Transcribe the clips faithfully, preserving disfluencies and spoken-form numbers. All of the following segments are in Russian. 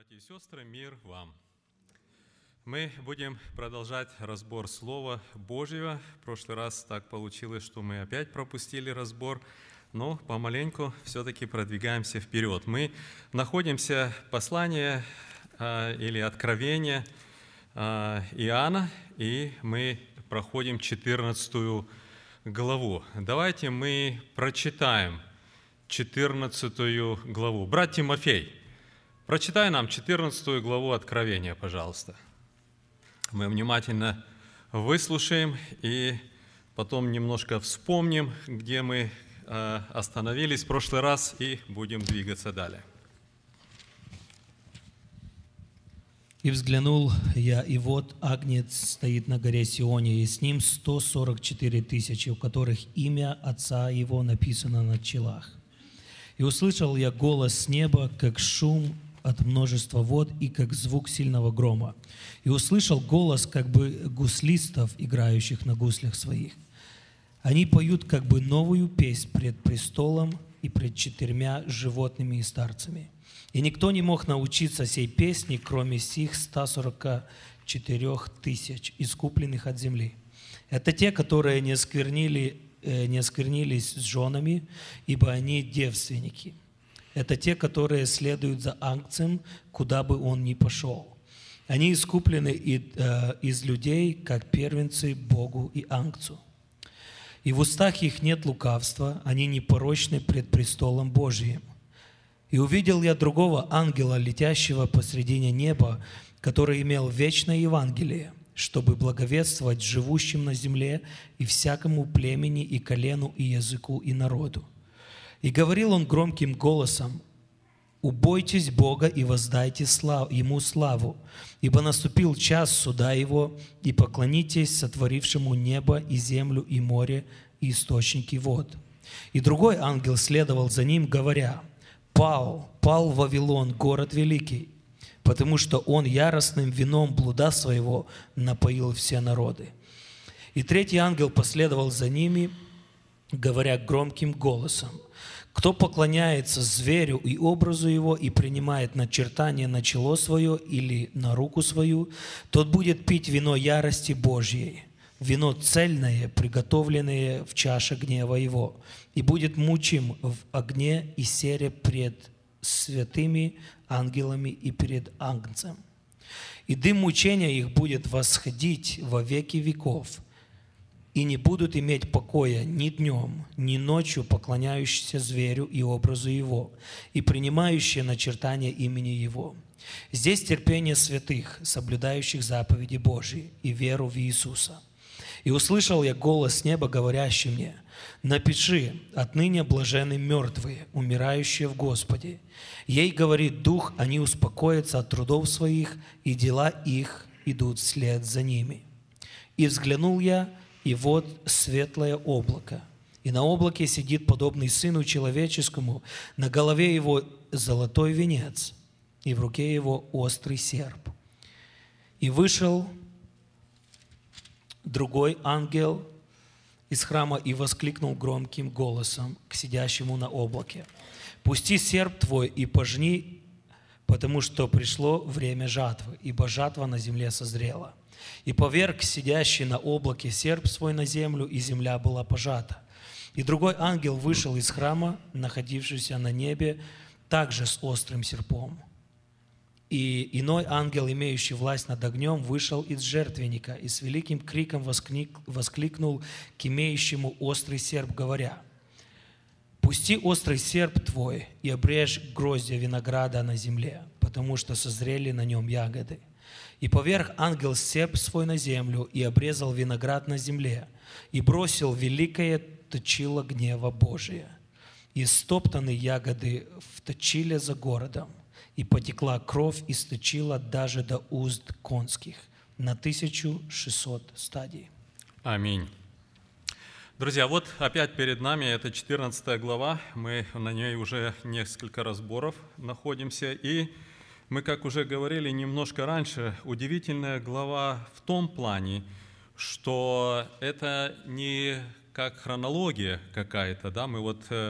Братья и сестры, мир вам! Мы будем продолжать разбор Слова Божьего. В прошлый раз так получилось, что мы опять пропустили разбор, но помаленьку все-таки продвигаемся вперед. Мы находимся в послании э, или Откровение э, Иоанна, и мы проходим четырнадцатую главу. Давайте мы прочитаем четырнадцатую главу. Брат Тимофей, прочитай нам четырнадцатую главу Откровения, пожалуйста. Мы внимательно выслушаем и потом немножко вспомним, где мы э, остановились в прошлый раз, и будем двигаться далее. «И взглянул я, и вот Агнец стоит на горе Сионе, и с ним сто сорок четыре тысячи, у которых имя Отца Его написано на челах. И услышал я голос с неба, как шум от множества вод и как звук сильного грома. И услышал голос как бы гуслистов, играющих на гуслях своих. Они поют как бы новую песнь пред престолом и пред четырьмя животными и старцами. И никто не мог научиться сей песни, кроме сих ста сорока четырех тысяч, искупленных от земли. Это те, которые не осквернили, не осквернились с женами, ибо они девственники. Это те, которые следуют за Агнцем, куда бы он ни пошел. Они искуплены из людей, как первенцы Богу и Агнцу. И в устах их нет лукавства, они непорочны пред престолом Божиим. И увидел я другого ангела, летящего посредине неба, который имел вечное Евангелие, чтобы благовествовать живущим на земле и всякому племени и колену и языку и народу. И говорил он громким голосом: «Убойтесь Бога и воздайте слав, Ему славу, ибо наступил час суда Его, и поклонитесь сотворившему небо и землю и море и источники вод». И другой ангел следовал за ним, говоря: «Пал, пал Вавилон, город великий, потому что он яростным вином блуда своего напоил все народы». И третий ангел последовал за ними, говоря громким голосом: «Кто поклоняется зверю и образу его и принимает начертание на чело свое или на руку свою, тот будет пить вино ярости Божьей, вино цельное, приготовленное в чаше гнева его, и будет мучим в огне и сере пред святыми ангелами и пред Агнцем. И дым мучения их будет восходить во веки веков, и не будут иметь покоя ни днем, ни ночью поклоняющиеся зверю и образу его, и принимающие начертание имени его. Здесь терпение святых, соблюдающих заповеди Божьи и веру в Иисуса. И услышал я голос с неба, говорящий мне: напиши, отныне блаженны мертвые, умирающие в Господе. Ей говорит Дух, они успокоятся от трудов своих, и дела их идут вслед за ними. И взглянул я, и вот светлое облако, и на облаке сидит подобный Сыну Человеческому, на голове его золотой венец, и в руке его острый серп. И вышел другой ангел из храма и воскликнул громким голосом к сидящему на облаке: «Пусти серп твой и пожни, потому что пришло время жатвы, ибо жатва на земле созрела». И поверг сидящий на облаке серп свой на землю, и земля была пожата. И другой ангел вышел из храма, находившийся на небе, также с острым серпом. И иной ангел, имеющий власть над огнем, вышел из жертвенника и с великим криком восклик, воскликнул к имеющему острый серп, говоря: «Пусти острый серп твой и обрежь гроздья винограда на земле, потому что созрели на нем ягоды». И поверг ангел серп свой на землю, и обрезал виноград на земле, и бросил великое точило гнева Божия. И стоптаны ягоды в точиле за городом, и потекла кровь из точила даже до уст конских, на тысячу шестьсот стадий. Аминь. Друзья, вот опять перед нами это четырнадцатая глава, мы на ней уже несколько разборов находимся, и мы, как уже говорили немножко раньше, удивительная глава в том плане, что это не как хронология какая-то, да, мы вот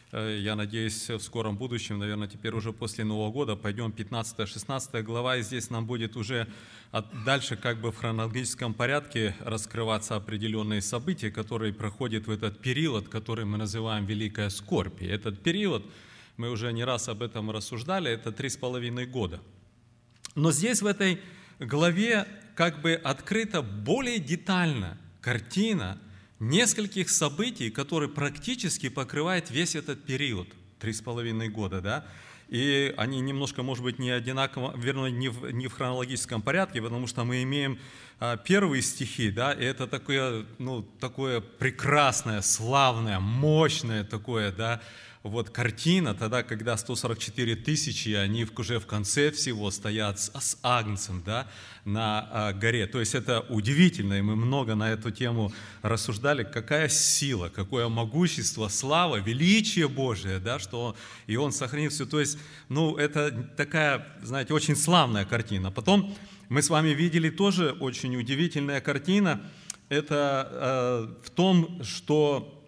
Я надеюсь, в скором будущем, наверное, теперь уже после Нового года, пойдем пятнадцатая-шестнадцатая глава, и здесь нам будет уже дальше как бы в хронологическом порядке раскрываться определенные события, которые проходят в этот период, который мы называем Великая Скорбь. И этот период, мы уже не раз об этом рассуждали, это три с половиной года. Но здесь в этой главе как бы открыта более детально картина нескольких событий, которые практически покрывают весь этот период, три с половиной года, да, и они немножко, может быть, не одинаково, вернее, не в, не в хронологическом порядке, потому что мы имеем а, первые стихи, да, и это такое, ну, такое прекрасное, славное, мощное такое, да, вот картина, тогда, когда сто сорок четыре тысячи, они уже в конце всего стоят с, с Агнцем, да, на а, горе. То есть это удивительно, и мы много на эту тему рассуждали, какая сила, какое могущество, слава, величие Божие, да, что и Он сохранил все. То есть, ну, это такая, знаете, очень славная картина. Потом мы с вами видели тоже очень удивительная картина, это э, в том, что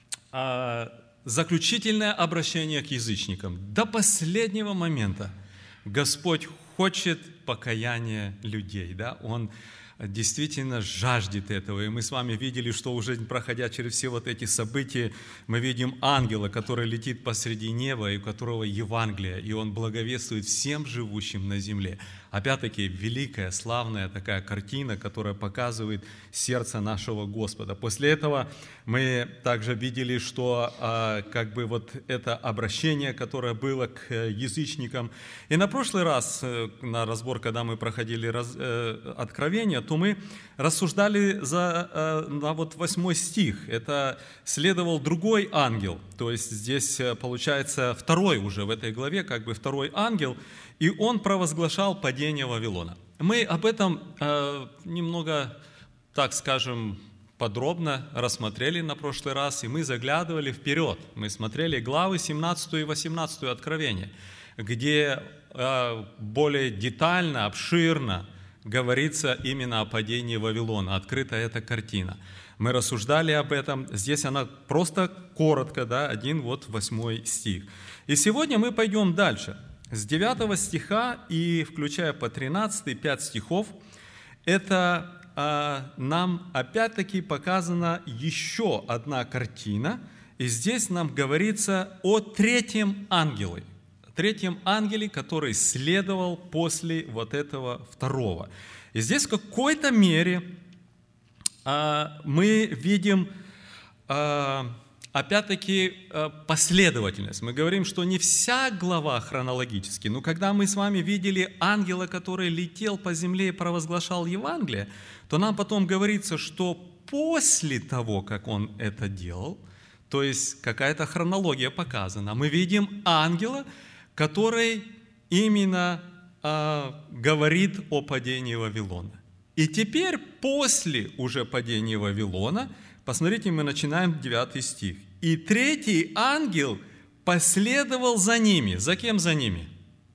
э, заключительное обращение к язычникам. До последнего момента Господь хочет покаяния людей. Да? Он действительно жаждет этого. И мы с вами видели, что уже проходя через все вот эти события, мы видим ангела, который летит посреди неба, и у которого Евангелие, и он благовествует всем живущим на земле. Опять-таки, великая, славная такая картина, которая показывает сердце нашего Господа. После этого мы также видели, что а, как бы вот это обращение, которое было к язычникам. И на прошлый раз, на разбор, когда мы проходили раз, э, Откровение, то мы рассуждали за, э, на вот восьмой стих. Это следовал другой ангел, то есть здесь получается второй уже в этой главе, как бы второй ангел, и он провозглашал падение Вавилона. Мы об этом э, немного, так скажем, подробно рассмотрели на прошлый раз, и мы заглядывали вперед. Мы смотрели главы семнадцатую и восемнадцатую Откровения, где э, более детально, обширно говорится именно о падении Вавилона, открыта эта картина. Мы рассуждали об этом, здесь она просто коротко, да, один вот восьмой стих. И сегодня мы пойдем дальше. С девятого стиха и включая по тринадцатый, пять стихов, это а, нам опять-таки показана еще одна картина, и здесь нам говорится о третьем ангеле, третьем ангеле, который следовал после вот этого второго. И здесь в какой-то мере а, мы видим а, опять-таки последовательность. Мы говорим, что не вся глава хронологически, но когда мы с вами видели ангела, который летел по земле и провозглашал Евангелие, то нам потом говорится, что после того, как он это делал, то есть какая-то хронология показана, мы видим ангела, который именно э, говорит о падении Вавилона. И теперь после уже падения Вавилона, посмотрите, мы начинаем девятый стих. «И третий ангел последовал за ними». За кем за ними?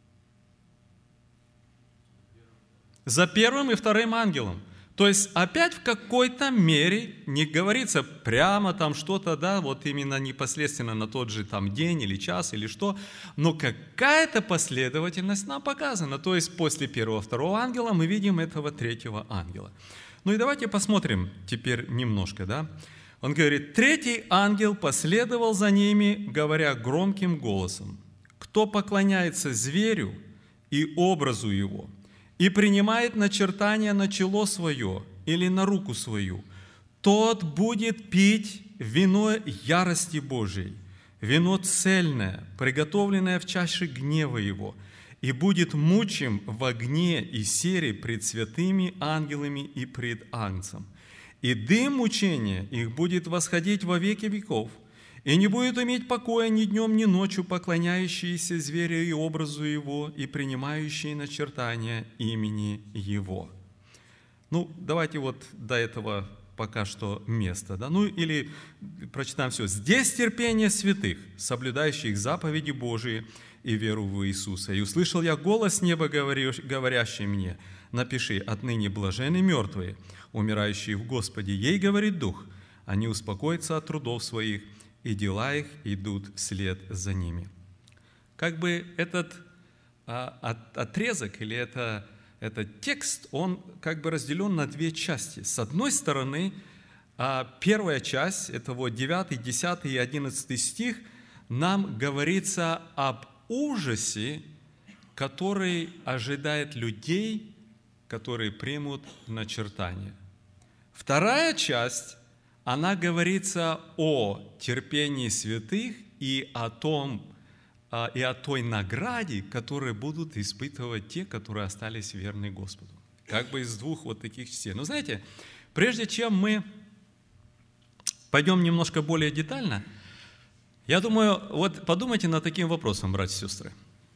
За первым и вторым ангелом. То есть опять в какой-то мере, не говорится прямо там что-то, да, вот именно непосредственно на тот же там день или час или что, но какая-то последовательность нам показана. То есть после первого, второго ангела мы видим этого третьего ангела. Ну и давайте посмотрим теперь немножко, да. Он говорит, третий ангел последовал за ними, говоря громким голосом: «Кто поклоняется зверю и образу его, и принимает начертание на чело свое или на руку свою, тот будет пить вино ярости Божией, вино цельное, приготовленное в чаше гнева его, и будет мучим в огне и сере пред святыми ангелами и пред Агнцем. И дым мучения их будет восходить во веки веков, и не будет иметь покоя ни днем, ни ночью поклоняющиеся зверю и образу его, и принимающие начертания имени его». Ну, давайте вот до этого пока что место, да, ну или прочитаем все. «Здесь терпение святых, соблюдающих заповеди Божии и веру в Иисуса. И услышал я голос неба, говорящий мне: напиши, отныне блаженны мертвые, умирающие в Господе. Ей говорит Дух, они успокоятся от трудов своих, и дела их идут вслед за ними». Как бы этот а, от, отрезок или это, этот текст, он как бы разделен на две части. С одной стороны, а, первая часть, это вот девятый, десятый и одиннадцатый стих, нам говорится об ужасе, который ожидает людей, которые примут начертание. Вторая часть, она говорится о терпении святых и о том, и о той награде, которую будут испытывать те, которые остались верны Господу. Как бы из двух вот таких частей. Но знаете, прежде чем мы пойдем немножко более детально, я думаю, вот подумайте над таким вопросом, братья и сестры.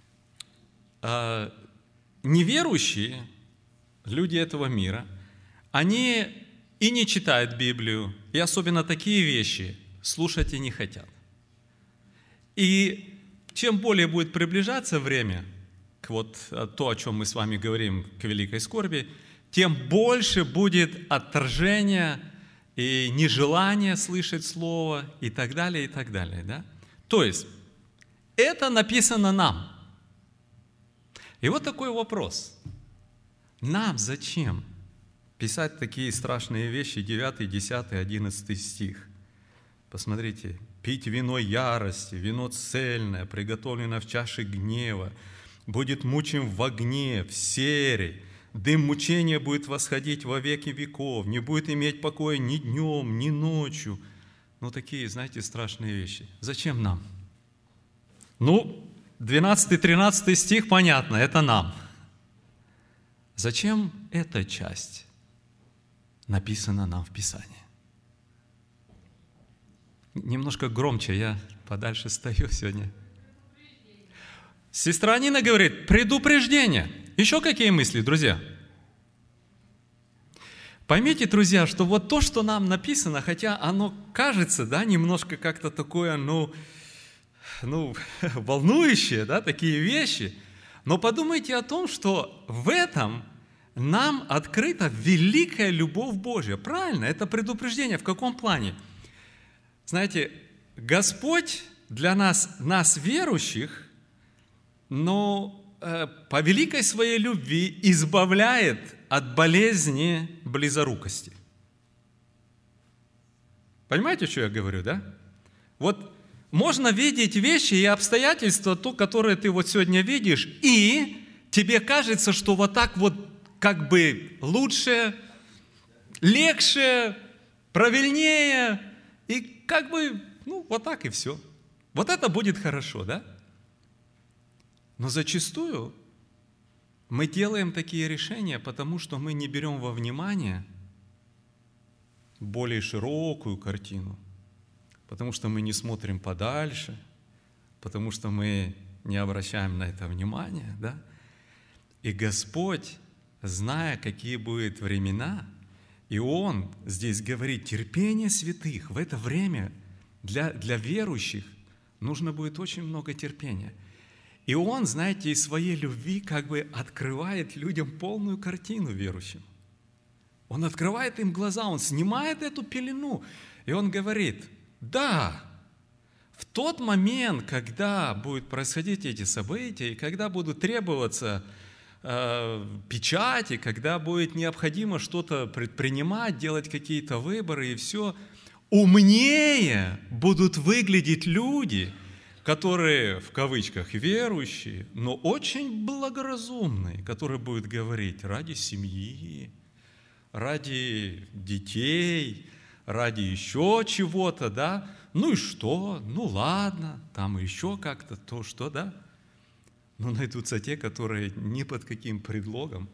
Неверующие, люди этого мира, они и не читают Библию, и особенно такие вещи слушать и не хотят. И чем более будет приближаться время, к вот то, о чем мы с вами говорим, к великой скорби, тем больше будет отторжения и нежелание слышать Слово и так далее, и так далее. Да? То есть, это написано нам. И вот такой вопрос. Нам зачем писать такие страшные вещи, девятый, десятый, одиннадцатый стих? Посмотрите. «Пить вино ярости, вино цельное, приготовленное в чаше гнева, будет мучим в огне, в сере, дым мучения будет восходить во веки веков, не будет иметь покоя ни днем, ни ночью». Ну, такие, знаете, страшные вещи. Зачем нам? Ну, двенадцатый-тринадцатый стих, понятно, это нам. Зачем эта часть написана нам в Писании? Немножко громче, я подальше стою сегодня. Сестра Нина говорит, предупреждение. Еще какие мысли, друзья? Поймите, друзья, что вот то, что нам написано, хотя оно кажется, да, немножко как-то такое, ну, ну, волнующее, да, такие вещи, но подумайте о том, что в этом нам открыта великая любовь Божья. Правильно, это предупреждение. В каком плане? Знаете, Господь для нас, нас верующих, но э, по великой своей любви избавляет от болезни близорукости. Понимаете, что я говорю, да? Вот можно видеть вещи и обстоятельства, то, которые ты вот сегодня видишь, и тебе кажется, что вот так вот как бы лучше, легче, правильнее, и как бы, ну, вот так и все. Вот это будет хорошо, да? Но зачастую мы делаем такие решения, потому что мы не берем во внимание более широкую картину, потому что мы не смотрим подальше, потому что мы не обращаем на это внимания, да? И Господь, зная, какие будут времена, и Он здесь говорит, терпение святых в это время для, для верующих нужно будет очень много терпения. И Он, знаете, из своей любви как бы открывает людям полную картину верующим. Он открывает им глаза, Он снимает эту пелену, и Он говорит, да, в тот момент, когда будут происходить эти события, и когда будут требоваться печати, когда будет необходимо что-то предпринимать, делать какие-то выборы и все, умнее будут выглядеть люди, которые, в кавычках, верующие, но очень благоразумные, которые будут говорить ради семьи, ради детей, ради еще чего-то, да, ну и что, ну ладно, там еще как-то то, что, да. Но найдутся те, которые ни под каким предлогом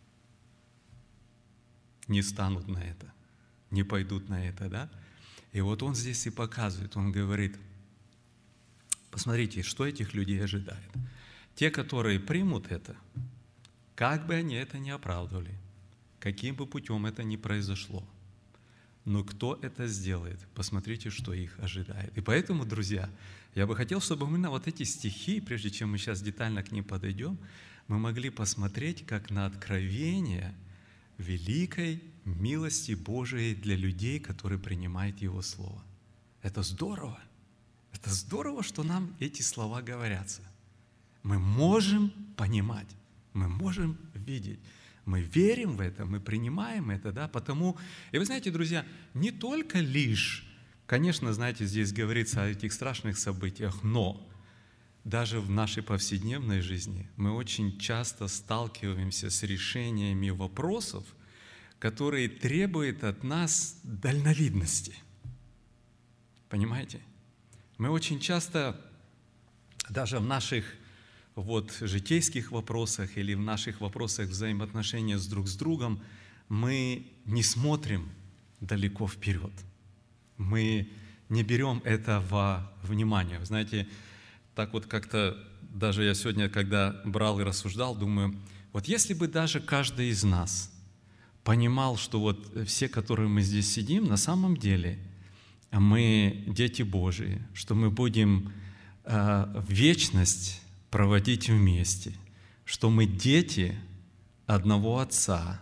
не станут на это, не пойдут на это, да? И вот Он здесь и показывает, Он говорит, посмотрите, что этих людей ожидает. Те, которые примут это, как бы они это ни оправдывали, каким бы путем это ни произошло, но кто это сделает, посмотрите, что их ожидает. И поэтому, друзья, я бы хотел, чтобы мы на вот эти стихи, прежде чем мы сейчас детально к ним подойдем, мы могли посмотреть как на откровение великой милости Божией для людей, которые принимают Его Слово. Это здорово. Это здорово, что нам эти слова говорятся. Мы можем понимать, мы можем видеть. Мы верим в это, мы принимаем это, да, потому... И вы знаете, друзья, не только лишь, конечно, знаете, здесь говорится о этих страшных событиях, но даже в нашей повседневной жизни мы очень часто сталкиваемся с решениями вопросов, которые требуют от нас дальновидности. Понимаете? Мы очень часто даже в наших вот житейских вопросах или в наших вопросах взаимоотношения с друг с другом мы не смотрим далеко вперед. Мы не берем это во внимание. Вы знаете, так вот как-то даже я сегодня, когда брал и рассуждал, думаю, вот если бы даже каждый из нас понимал, что вот все, которые мы здесь сидим, на самом деле мы дети Божии, что мы будем э, в вечность проводить вместе, что мы дети одного Отца.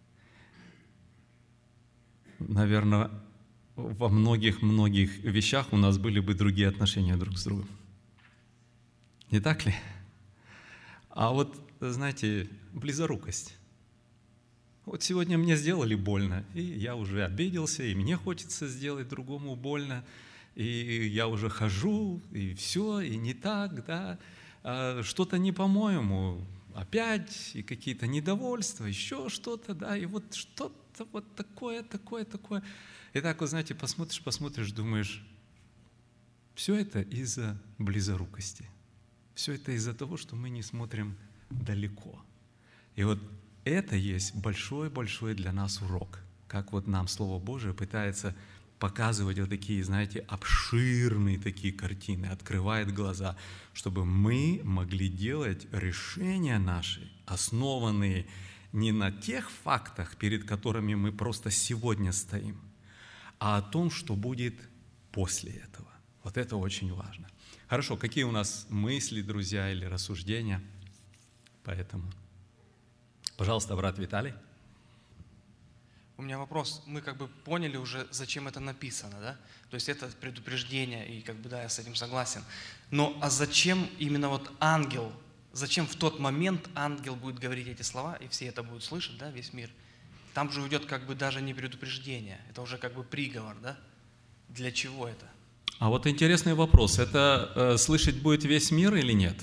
Наверное, во многих-многих вещах у нас были бы другие отношения друг с другом. Не так ли? А вот, знаете, близорукость. Вот сегодня мне сделали больно, и я уже обиделся, и мне хочется сделать другому больно, и я уже хожу, и все, и не так, да, а что-то не по-моему, опять, и какие-то недовольства, еще что-то, да, и вот что-то вот такое, такое, такое. И так, вот, знаете, посмотришь, посмотришь, думаешь, все это из-за близорукости, все это из-за того, что мы не смотрим далеко. И вот это есть большой-большой для нас урок, как вот нам Слово Божие пытается показывать вот такие, знаете, обширные такие картины, открывает глаза, чтобы мы могли делать решения наши, основанные не на тех фактах, перед которыми мы просто сегодня стоим, а о том, что будет после этого. Вот это очень важно. Хорошо, какие у нас мысли, друзья, или рассуждения по этому? Пожалуйста, брат Виталий. У меня вопрос. Мы как бы поняли уже, зачем это написано, да? То есть это предупреждение, и как бы да, я с этим согласен. Но а зачем именно вот ангел, зачем в тот момент ангел будет говорить эти слова, и все это будут слышать, да, весь мир? Там же уйдет как бы даже не предупреждение, это уже как бы приговор, да? Для чего это? А вот интересный вопрос. Это э, слышать будет весь мир или нет?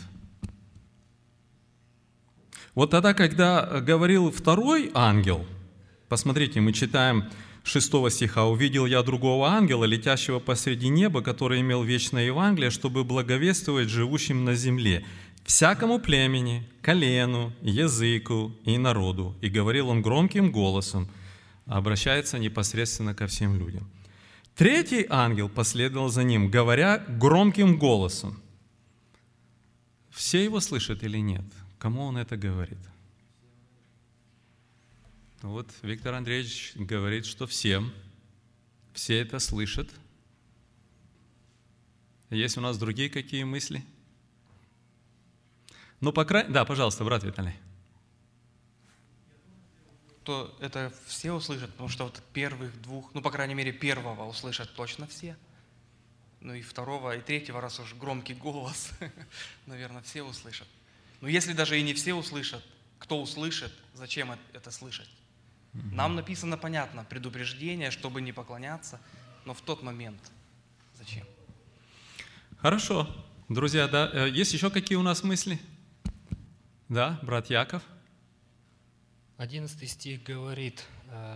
Вот тогда, когда говорил второй ангел, посмотрите, мы читаем шестого стиха. «Увидел я другого ангела, летящего посреди неба, который имел вечное Евангелие, чтобы благовествовать живущим на земле, всякому племени, колену, языку и народу. И говорил он громким голосом», обращается непосредственно ко всем людям. Третий ангел последовал за ним, говоря громким голосом. Все его слышат или нет? Кому он это говорит? Вот Виктор Андреевич говорит, что всем, все это слышат. Есть у нас другие какие мысли? Ну, по крайней... Да, пожалуйста, брат Виталий. То это все услышат, потому что вот первых двух, ну, по крайней мере, первого услышат точно все. Ну и второго, и третьего, раз уж громкий голос, наверное, все услышат. Но если даже и не все услышат, кто услышит, зачем это слышать? Нам написано понятно, предупреждение, чтобы не поклоняться, но в тот момент зачем? Хорошо. Друзья, да, есть еще какие у нас мысли? Да, брат Яков? Одиннадцатый стих говорит: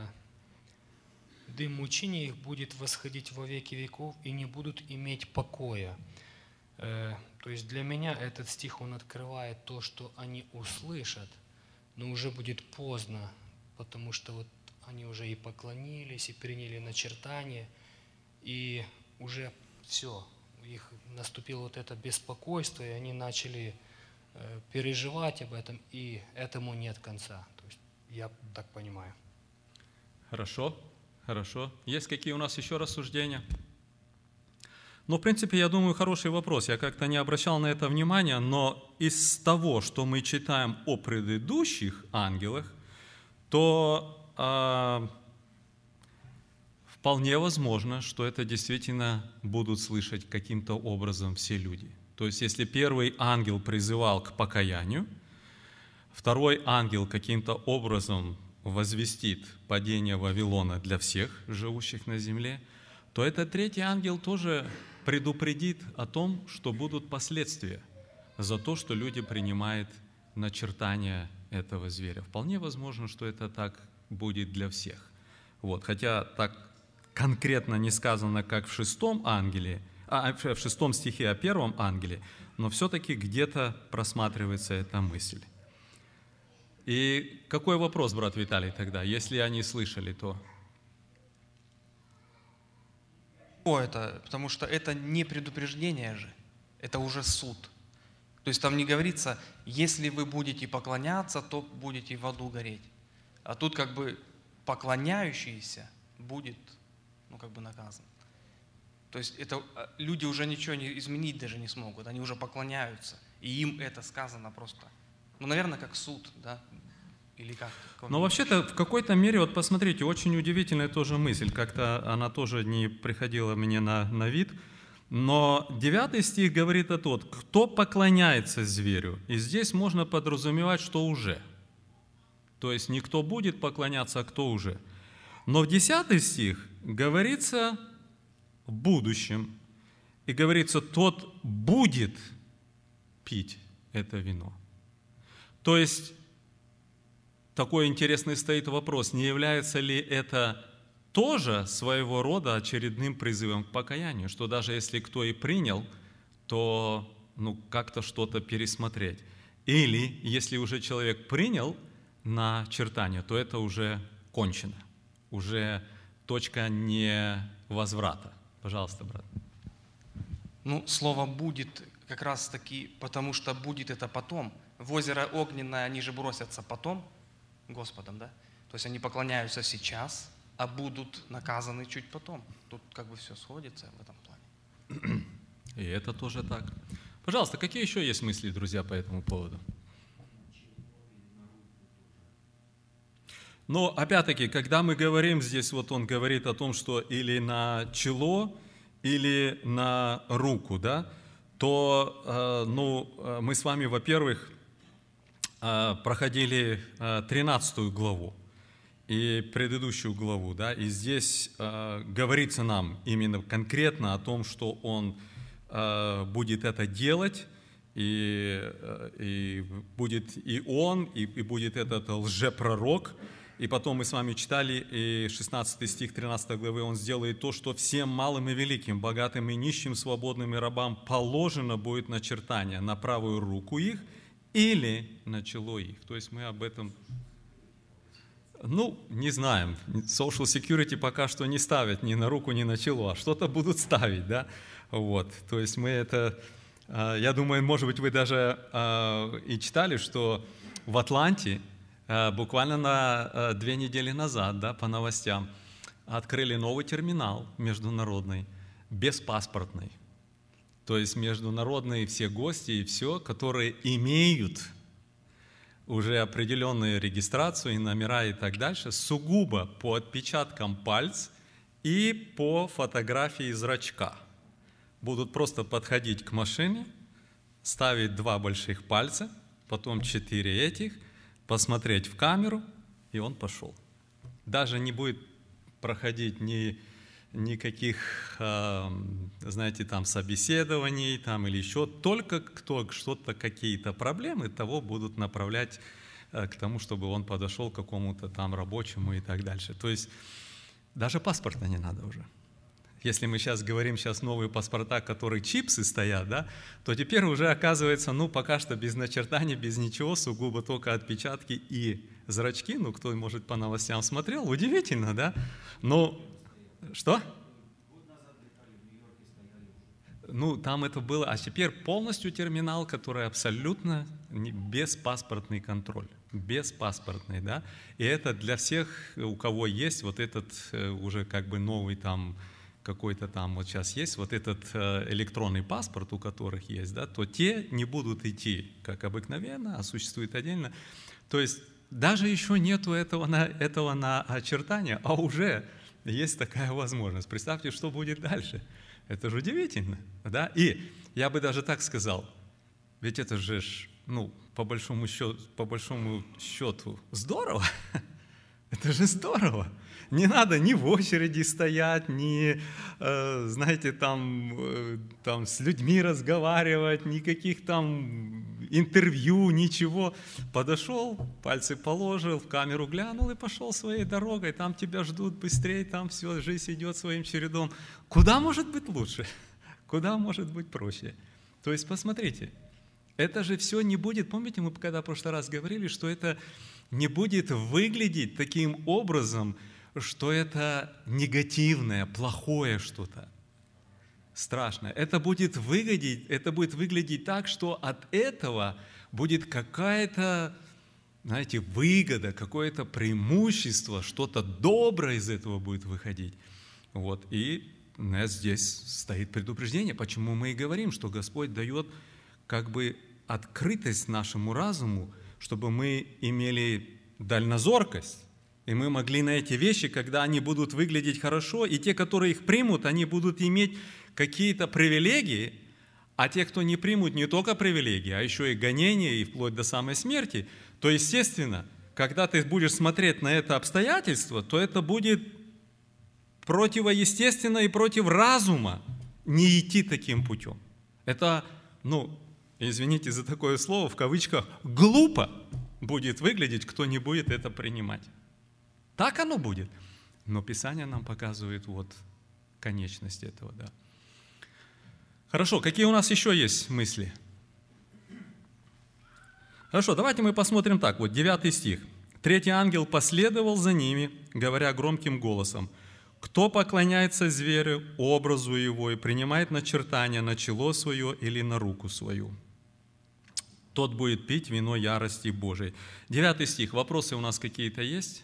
«Дым мучения их будет восходить во веки веков, и не будут иметь покоя». То есть для меня этот стих, он открывает то, что они услышат, но уже будет поздно, потому что вот они уже и поклонились, и приняли начертание, и уже все, у них наступило вот это беспокойство, и они начали э, переживать об этом, и этому нет конца. То есть я так понимаю. Хорошо, хорошо. Есть какие у нас еще рассуждения? Ну, в принципе, я думаю, хороший вопрос. Я как-то не обращал на это внимания, но из того, что мы читаем о предыдущих ангелах, то э, вполне возможно, что это действительно будут слышать каким-то образом все люди. То есть, если первый ангел призывал к покаянию, второй ангел каким-то образом возвестит падение Вавилона для всех живущих на земле, то этот третий ангел тоже предупредит о том, что будут последствия за то, что люди принимают начертания этого зверя. Вполне возможно, что это так будет для всех. Вот. Хотя так конкретно не сказано, как в шестом ангеле, а, в шестом стихе о первом ангеле, но все-таки где-то просматривается эта мысль. И какой вопрос, брат Виталий, тогда? Если они слышали, то... О, это, потому что это не предупреждение же, это уже суд. То есть там не говорится, если вы будете поклоняться, то будете в аду гореть. А тут как бы поклоняющийся будет, ну, как бы наказан. То есть это люди уже ничего не изменить даже не смогут, они уже поклоняются, и им это сказано просто. Ну, наверное, как суд, да? Или как? Но вообще-то в какой-то мере, вот посмотрите, очень удивительная тоже мысль, как-то она тоже не приходила мне на, на вид, но девятый стих говорит о том, кто поклоняется зверю, и здесь можно подразумевать, что уже. То есть не кто будет поклоняться, а кто уже. Но в десятый стих говорится в будущем, и говорится, тот будет пить это вино. То есть такой интересный стоит вопрос, не является ли это тоже своего рода очередным призывом к покаянию, что даже если кто и принял, то ну, как-то что-то пересмотреть. Или если уже человек принял начертание, то это уже кончено, уже точка невозврата. Пожалуйста, брат. Ну, слово «будет» как раз таки, потому что «будет» это потом. В озеро огненное они же бросятся потом, Господом, да? То есть они поклоняются сейчас, а будут наказаны чуть потом. Тут как бы все сходится в этом плане. И это тоже так. Пожалуйста, какие еще есть мысли, друзья, по этому поводу? Но опять-таки, когда мы говорим здесь, вот он говорит о том, что или на чело, или на руку, да, то ну, мы с вами, во-первых, проходили тринадцатую главу и предыдущую главу, да, и здесь э, говорится нам именно конкретно о том, что он э, будет это делать, и, э, и будет и он, и, и будет этот лжепророк. И потом мы с вами читали, и шестнадцатый стих тринадцатой главы, он сделает то, что всем малым и великим, богатым и нищим, свободным и рабам положено будет начертание на правую руку их или на чело их. То есть мы об этом, ну, не знаем. Social Security пока что не ставят ни на руку, ни на чело, а что-то будут ставить, да? Вот. То есть мы это, я думаю, может быть, вы даже и читали, что в Атланте буквально на две недели назад, да, по новостям, открыли новый терминал международный, беспаспортный. То есть международные все гости и все, которые имеют уже определенную регистрацию и номера и так дальше, сугубо по отпечаткам пальцев и по фотографии зрачка. Будут просто подходить к машине, ставить два больших пальца, потом четыре этих, посмотреть в камеру, и он пошел. Даже не будет проходить ни никаких, знаете, там собеседований там, или еще, только кто что-то, какие-то проблемы, того будут направлять к тому, чтобы он подошел к какому-то там рабочему и так дальше. То есть даже паспорта не надо уже. Если мы сейчас говорим, сейчас новые паспорта, которые чипсы стоят, да, то теперь уже оказывается, ну, пока что без начертаний, без ничего, сугубо только отпечатки и зрачки. Ну, кто, может, по новостям смотрел, удивительно, да? Но что? Ну, там это было, а теперь полностью терминал, который абсолютно беспаспортный контроль, беспаспортный, да, и это для всех, у кого есть вот этот уже как бы новый там, какой-то там вот сейчас есть, вот этот электронный паспорт, у которых есть, да, то те не будут идти как обыкновенно, а существует отдельно. То есть даже еще нету этого, этого на очертания, а уже есть такая возможность. Представьте, что будет дальше. Это же удивительно, да? И я бы даже так сказал, ведь это же, ну, по большому счету, по большому счету здорово. Это же здорово. Не надо ни в очереди стоять, ни, э, знаете, там, э, там с людьми разговаривать, никаких там интервью, ничего. Подошел, пальцы положил, в камеру глянул и пошел своей дорогой. Там тебя ждут быстрее, там все, жизнь идет своим чередом. Куда может быть лучше? Куда может быть проще? То есть, посмотрите, это же все не будет, помните, мы когда в прошлый раз говорили, что это не будет выглядеть таким образом, что это негативное, плохое что-то, страшное. Это будет выглядеть, это будет выглядеть так, что от этого будет какая-то, знаете, выгода, какое-то преимущество, что-то доброе из этого будет выходить. Вот. И у нас здесь стоит предупреждение, почему мы и говорим, что Господь дает как бы открытость нашему разуму, чтобы мы имели дальнозоркость, и мы могли на эти вещи, когда они будут выглядеть хорошо, и те, которые их примут, они будут иметь какие-то привилегии, а те, кто не примут не только привилегии, а еще и гонения, и вплоть до самой смерти, то, естественно, когда ты будешь смотреть на это обстоятельство, то это будет противоестественно и против разума не идти таким путем. Это, ну, извините за такое слово, в кавычках, глупо будет выглядеть, кто не будет это принимать. Так оно будет. Но Писание нам показывает вот конечность этого, да. Хорошо, какие у нас еще есть мысли? Хорошо, давайте мы посмотрим так, вот девятый стих. «Третий ангел последовал за ними, говоря громким голосом: кто поклоняется зверю, образу его, и принимает начертание на чело свое или на руку свою, тот будет пить вино ярости Божией». Девятый стих. Вопросы у нас какие-то есть?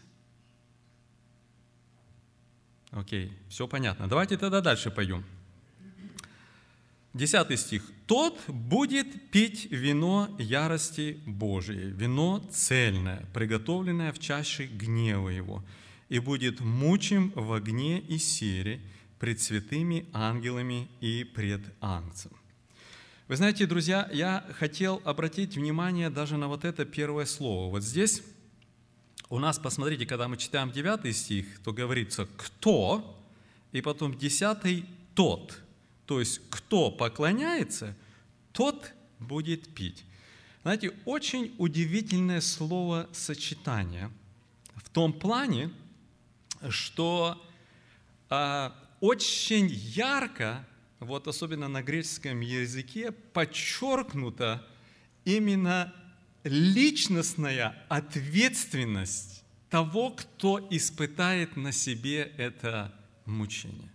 Окей, все понятно. Давайте тогда дальше пойдем. Десятый стих. «Тот будет пить вино ярости Божией, вино цельное, приготовленное в чаше гнева его, и будет мучим в огне и сере пред святыми ангелами и пред Агнцем». Вы знаете, друзья, я хотел обратить внимание даже на вот это первое слово. Вот здесь у нас, посмотрите, когда мы читаем девятый стих, то говорится «кто», и потом десятый «тот». То есть, кто поклоняется, тот будет пить. Знаете, очень удивительное словосочетание в том плане, что а, очень ярко, вот особенно на греческом языке, подчеркнута именно личностная ответственность того, кто испытает на себе это мучение.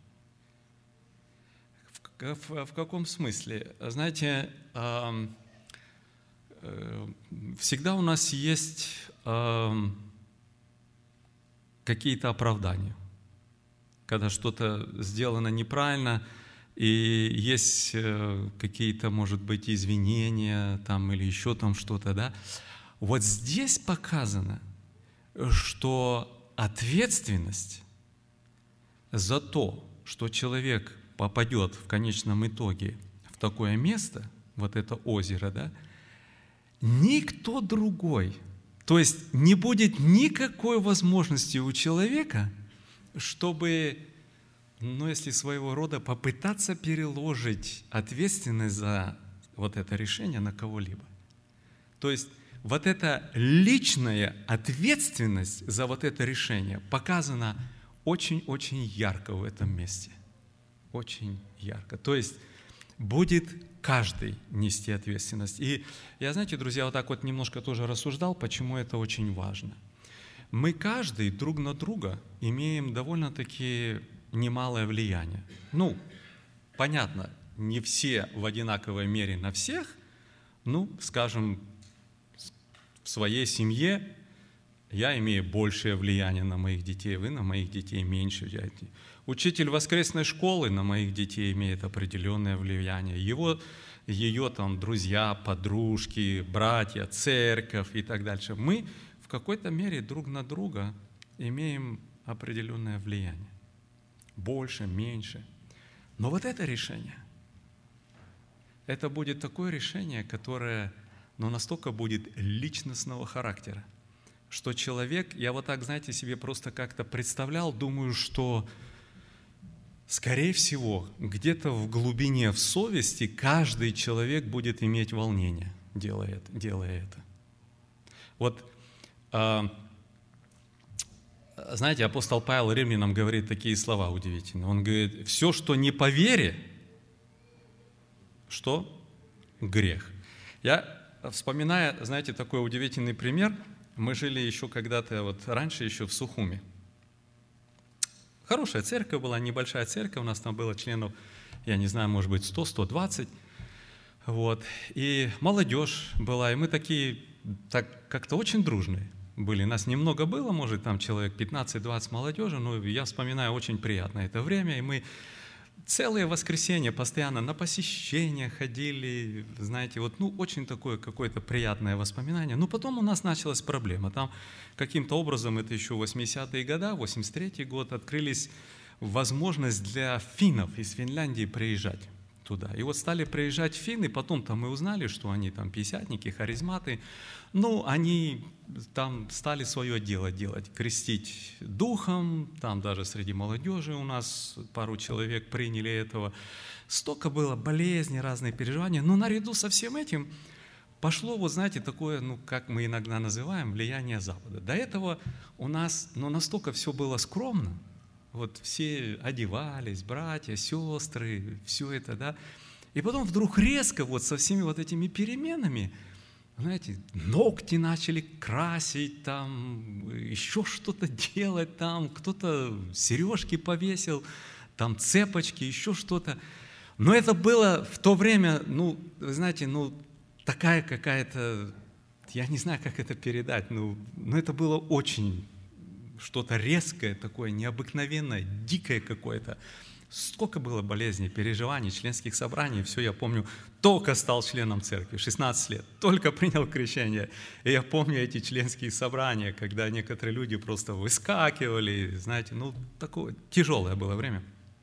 В, в, в каком смысле? Знаете, э, э, всегда у нас есть э, какие-то оправдания, когда что-то сделано неправильно, и есть какие-то, может быть, извинения там, или еще там что-то, да? Вот здесь показано, что ответственность за то, что человек попадет в конечном итоге в такое место, вот это озеро, да, никто другой, то есть не будет никакой возможности у человека, чтобы, ну, если своего рода, попытаться переложить ответственность за вот это решение на кого-либо. То есть вот эта личная ответственность за вот это решение показана очень-очень ярко в этом месте. Очень ярко. То есть будет каждый нести ответственность. И я, знаете, друзья, вот так вот немножко тоже рассуждал, почему это очень важно. Мы каждый друг на друга имеем довольно-таки немалое влияние. Ну, понятно, не все в одинаковой мере на всех, ну, скажем, в своей семье я имею большее влияние на моих детей, вы на моих детей меньше влияете. Учитель воскресной школы на моих детей имеет определенное влияние. Его, ее там друзья, подружки, братья, церковь и так дальше. Мы в какой-то мере друг на друга имеем определенное влияние. больше, меньше. Но вот это решение, это будет такое решение, которое, ну, настолько будет личностного характера, что человек, я вот так, знаете, себе просто как-то представлял, думаю, что, скорее всего, где-то в глубине, в совести каждый человек будет иметь волнение, делая это. Делая это. Вот, знаете, апостол Павел Римлянам говорит такие слова удивительные. Он говорит, все, что не по вере, что? Грех. Я, вспоминая, знаете, такой удивительный пример, мы жили еще когда-то, вот раньше еще в Сухуми. Хорошая церковь была, небольшая церковь, у нас там было членов, я не знаю, может быть, сто - сто двадцать. Вот. И молодежь была, и мы такие, так как-то очень дружные были. Нас немного было, может, там человек пятнадцать-двадцать молодежи, но я вспоминаю очень приятно это время, и мы целые воскресенья постоянно на посещения ходили, знаете, вот, ну, очень такое какое-то приятное воспоминание. Но потом у нас началась проблема. Там каким-то образом, это еще восьмидесятые годы, восемьдесят третий год, открылись возможность для финнов из Финляндии приезжать туда. И вот стали приезжать финны, потом-то мы узнали, что они там пятидесятники, харизматы. Ну, они там стали свое дело делать, крестить духом, там даже среди молодежи у нас пару человек приняли этого. Столько было болезней, разные переживания. Но наряду со всем этим пошло, вот знаете, такое, ну, как мы иногда называем, влияние Запада. До этого у нас, ну, настолько все было скромно, вот все одевались, братья, сестры, все это, да. И потом вдруг резко вот со всеми вот этими переменами, знаете, ногти начали красить, там, еще что-то делать, там, кто-то сережки повесил, там, цепочки, еще что-то. Но это было в то время, ну, вы знаете, ну, такая какая-то, я не знаю, как это передать, ну, но это было очень что-то резкое такое, необыкновенное, дикое какое-то. Сколько было болезней, переживаний, членских собраний, все я помню. Только стал членом церкви, шестнадцать лет, только принял крещение. И я помню эти членские собрания, когда некоторые люди просто выскакивали, знаете, ну, такое тяжелое было время.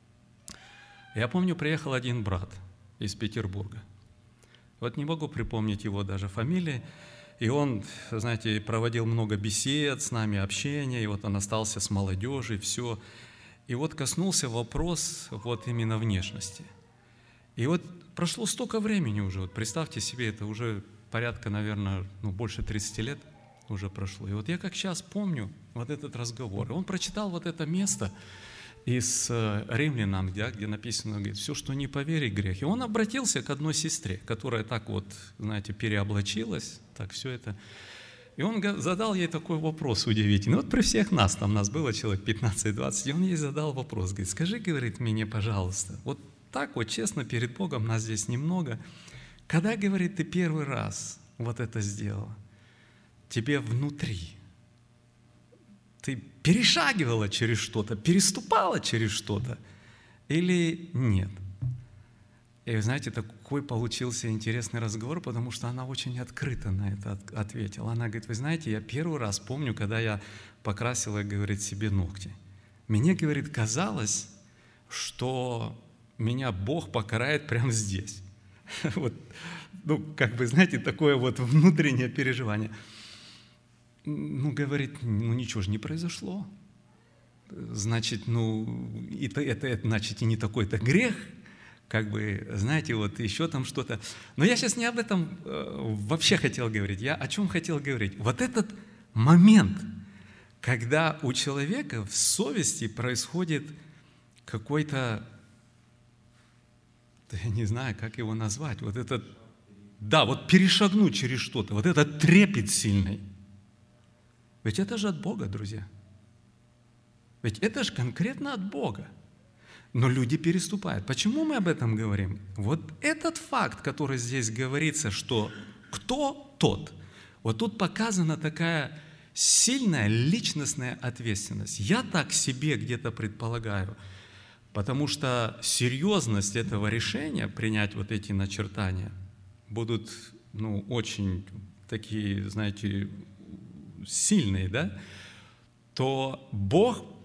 Я помню, приехал один брат из Петербурга. Вот не могу припомнить его даже фамилии. И он, знаете, проводил много бесед с нами, общения, и вот он остался с молодежью, все. И вот коснулся вопрос вот именно внешности. И вот прошло столько времени уже, вот представьте себе, это уже порядка, наверное, ну, больше тридцати лет уже прошло. И вот я как сейчас помню вот этот разговор. И он прочитал вот это место из Римлянам, где, где написано, говорит, все, что не по вере, грех. И он обратился к одной сестре, которая так вот, знаете, переоблачилась, так все это. И он задал ей такой вопрос удивительный. Вот при всех нас, там нас было человек пятнадцать-двадцать, и он ей задал вопрос, говорит, скажи, говорит, мне, пожалуйста, вот так вот честно перед Богом, нас здесь немного, когда, говорит, ты первый раз вот это сделала, тебе внутри, ты перешагивала через что-то, переступала через что-то или нет? И, вы знаете, такой получился интересный разговор, потому что она очень открыто на это ответила. Она говорит, вы знаете, я первый раз помню, когда я покрасила, говорит, себе ногти. Мне, говорит, казалось, что меня Бог покарает прямо здесь. Вот, ну, как бы, знаете, такое вот внутреннее переживание. Ну, говорит, ну, ничего же не произошло. Значит, ну, это, это, это значит, и не такой-то грех, как бы, знаете, вот еще там что-то. Но я сейчас не об этом э, вообще хотел говорить. Я о чем хотел говорить? Вот этот момент, когда у человека в совести происходит какой-то, я не знаю, как его назвать, вот этот, да, вот перешагнуть через что-то, вот этот трепет сильный. Ведь это же от Бога, друзья. Ведь это же конкретно от Бога. Но люди переступают. Почему мы об этом говорим? Вот этот факт, который здесь говорится, что кто тот, вот тут показана такая сильная личностная ответственность. Я так себе где-то предполагаю, потому что серьезность этого решения, принять вот эти начертания, будут, ну, очень такие, знаете, сильные, да, то Бог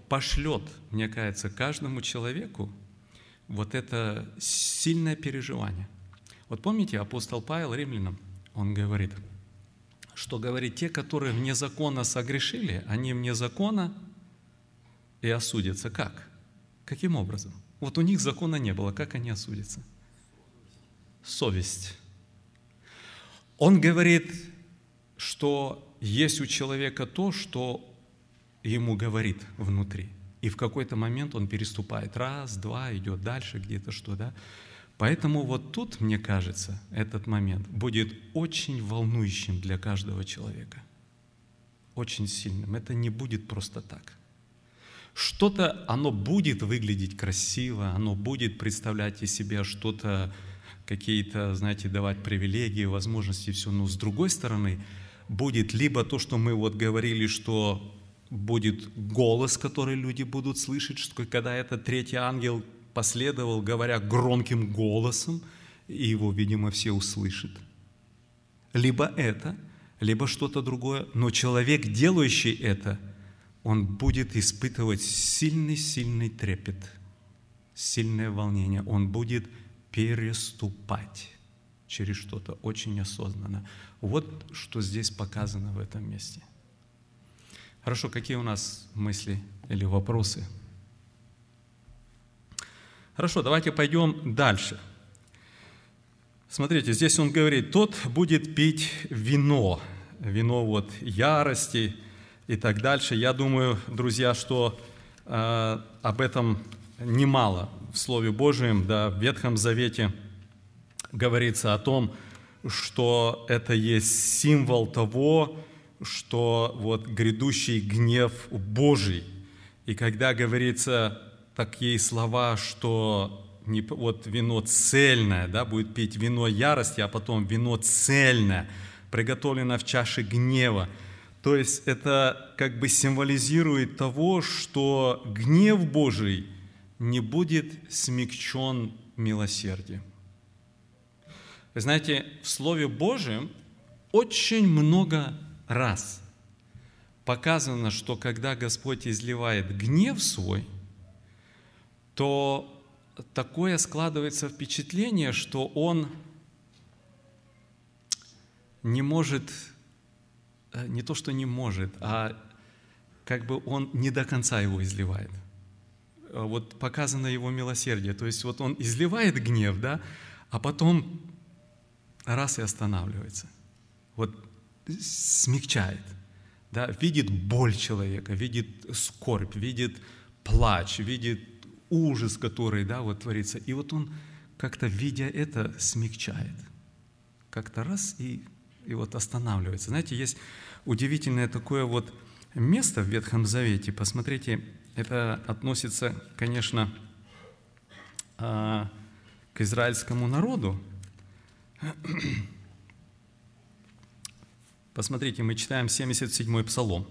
пошлет, мне кажется, каждому человеку вот это сильное переживание. Вот помните, апостол Павел Римлянам, он говорит, что говорит, те, которые вне закона согрешили, они вне закона и осудятся. Как? Каким образом? Вот у них закона не было, как они осудятся? Совесть. Он говорит, что есть у человека то, что ему говорит внутри. И в какой-то момент он переступает. Раз, два, идет дальше где-то что, да? Поэтому вот тут, мне кажется, этот момент будет очень волнующим для каждого человека. Очень сильным. Это не будет просто так. Что-то, оно будет выглядеть красиво, оно будет представлять из себя что-то, какие-то, знаете, давать привилегии, возможности, все. Но с другой стороны, будет либо то, что мы вот говорили, что будет голос, который люди будут слышать, что когда этот третий ангел последовал, говоря громким голосом, и его, видимо, все услышат. Либо это, либо что-то другое. Но человек, делающий это, он будет испытывать сильный-сильный трепет, сильное волнение. Он будет переступать через что-то очень осознанно. Вот что здесь показано в этом месте. Хорошо, какие у нас мысли или вопросы? Хорошо, давайте пойдем дальше. Смотрите, здесь он говорит, тот будет пить вино, вино вот ярости и так дальше. Я думаю, друзья, что э, об этом немало в Слове Божьем, да, в Ветхом Завете говорится о том, что это есть символ того, что вот грядущий гнев Божий. И когда говорится такие слова, что не, вот вино цельное, да, будет пить вино ярости, а потом вино цельное, приготовлено в чаше гнева. То есть это как бы символизирует того, что гнев Божий не будет смягчен милосердием. Вы знаете, в Слове Божьем очень много раз показано, что когда Господь изливает гнев свой, то такое складывается впечатление, что Он не может, не то что не может, а как бы Он не до конца его изливает. Вот показано Его милосердие. То есть вот Он изливает гнев, да, а потом раз и останавливается. Вот смягчает, да, видит боль человека, видит скорбь, видит плач, видит ужас, который, да, вот творится. И вот он как-то, видя это, смягчает. Как-то раз и, и вот останавливается. Знаете, есть удивительное такое вот место в Ветхом Завете. Посмотрите, это относится, конечно, к израильскому народу. Посмотрите, мы читаем семьдесят седьмой Псалом.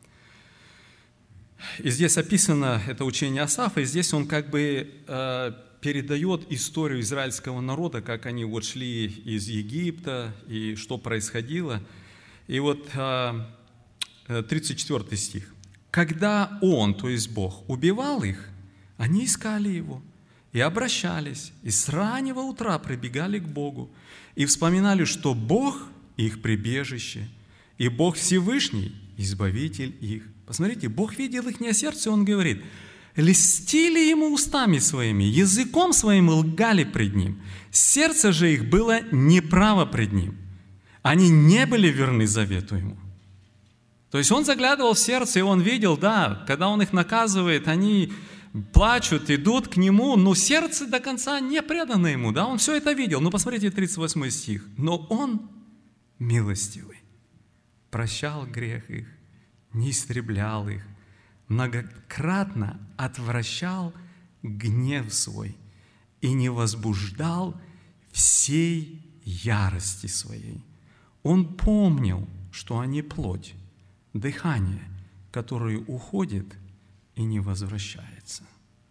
И здесь описано это учение Асафа, и здесь он как бы э, передает историю израильского народа, как они вот шли из Египта, и что происходило. И вот э, тридцать четвёртый стих. «Когда Он, то есть Бог, убивал их, они искали Его и обращались, и с раннего утра прибегали к Богу, и вспоминали, что Бог – их прибежище, и Бог Всевышний – избавитель их». Посмотрите, Бог видел их сердце, Он говорит, «Льстили Ему устами своими, языком своим лгали пред Ним, сердце же их было неправо пред Ним, они не были верны завету Ему». То есть Он заглядывал в сердце, и Он видел, да, когда Он их наказывает, они плачут, идут к Нему, но сердце до конца не предано Ему, да, Он все это видел. Ну, посмотрите, тридцать восьмой стих. «Но Он милостивый, прощал грех их, не истреблял их, многократно отвращал гнев свой и не возбуждал всей ярости своей. Он помнил, что они плоть, дыхание, которое уходит и не возвращается».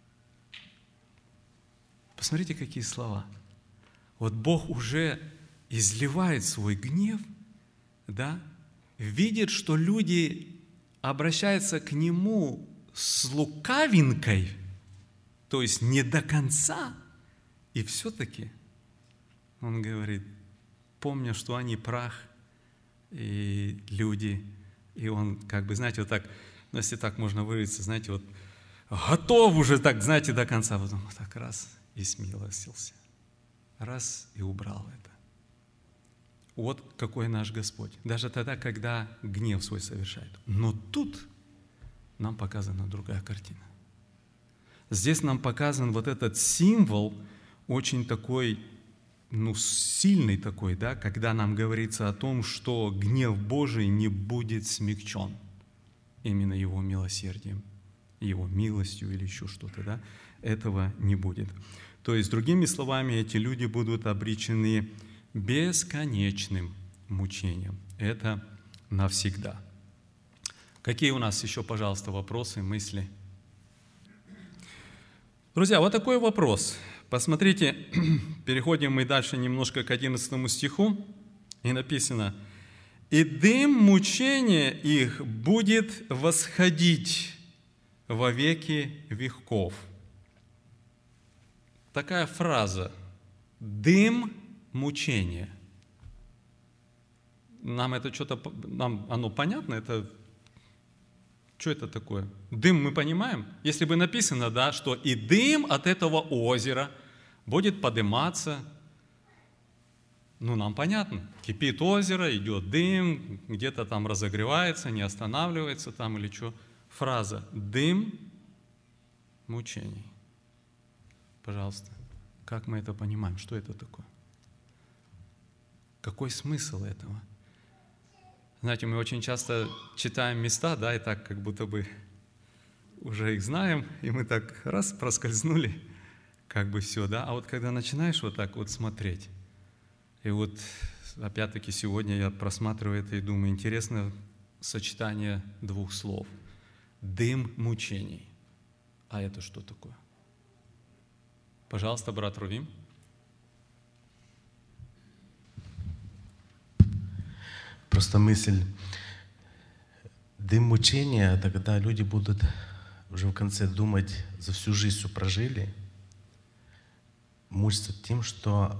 Посмотрите, какие слова. Вот Бог уже изливает свой гнев, да, видит, что люди обращаются к Нему с лукавинкой, то есть не до конца, и все-таки он говорит, помня, что они прах и люди, и он как бы, знаете, вот так, ну, если так можно выразиться, знаете, вот готов уже так, знаете, до конца, потом вот так раз и смилостился, раз и убрал это. Вот какой наш Господь. Даже тогда, когда гнев свой совершает. Но тут нам показана другая картина. Здесь нам показан вот этот символ, очень такой, ну, сильный такой, да, когда нам говорится о том, что гнев Божий не будет смягчен именно Его милосердием, Его милостью или еще что-то, да, этого не будет. То есть, другими словами, эти люди будут обречены бесконечным мучением. Это навсегда. Какие у нас еще, пожалуйста, вопросы, мысли? Друзья, вот такой вопрос. Посмотрите, переходим мы дальше немножко к одиннадцатому стиху, и написано: «И дым мучения их будет восходить во веки веков». Такая фраза «дым мучения». Нам это что-то, нам оно понятно? Это, что это такое? Дым мы понимаем? Если бы написано, да, что и дым от этого озера будет подниматься, ну, нам понятно. Кипит озеро, идет дым, где-то там разогревается, не останавливается там или что. Фраза «дым мучений». Пожалуйста, как мы это понимаем? Что это такое? Какой смысл этого? Знаете, мы очень часто читаем места, да, и так как будто бы уже их знаем, и мы так раз проскользнули, как бы все, да. А вот когда начинаешь вот так вот смотреть, и вот опять-таки сегодня я просматриваю это и думаю, интересное сочетание двух слов. Дым мучений. А это что такое? Пожалуйста, брат Рувим. Просто мысль. Дым мучения, это когда люди будут уже в конце думать, за всю жизнь все прожили, мучиться тем, что,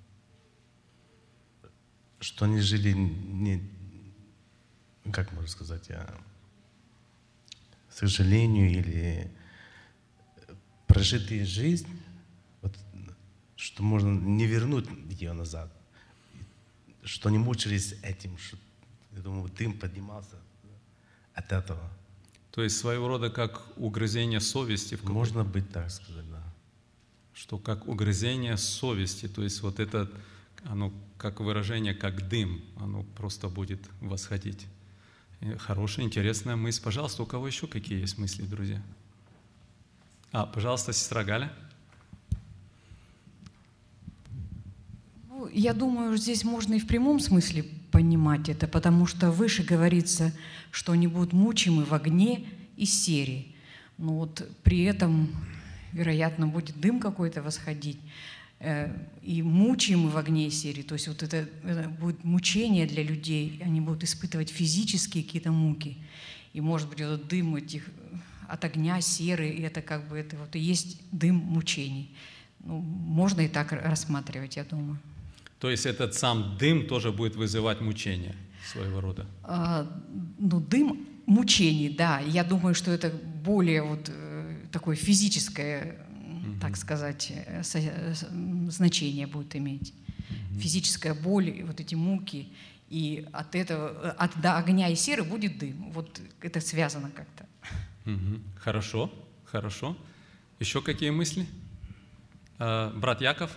что они жили не, как можно сказать, а, к сожалению, или прожитые жизнь, вот, что можно не вернуть ее назад, что они мучились этим, что, я думаю, дым поднимался от этого. То есть своего рода как угрызение совести. В Можно быть так сказать, да. Что как угрызение совести, то есть вот это, оно как выражение, как дым, оно просто будет восходить. И хорошая, интересная мысль. Пожалуйста, у кого еще какие есть мысли, друзья? А, пожалуйста, сестра Галя. Ну, я думаю, здесь можно и в прямом смысле понимать это, потому что выше говорится, что они будут мучимы в огне и сере. Но вот при этом, вероятно, будет дым какой-то восходить, э, и мучимы в огне и сере. То есть вот это, это будет мучение для людей, они будут испытывать физические какие-то муки. И, может быть, этот дым этих, от огня, серы, и это как бы это вот и есть дым мучений. Ну, можно и так рассматривать, я думаю. То есть этот сам дым тоже будет вызывать мучения своего рода? А, ну, дым мучений, да. Я думаю, что это более вот э, такое физическое, угу. так сказать, э, со, э, значение будет иметь. Угу. Физическая боль, вот эти муки, и от этого, от до огня и серы будет дым. Вот это связано как-то. Угу. Хорошо, хорошо. Еще какие мысли? А, брат Яков?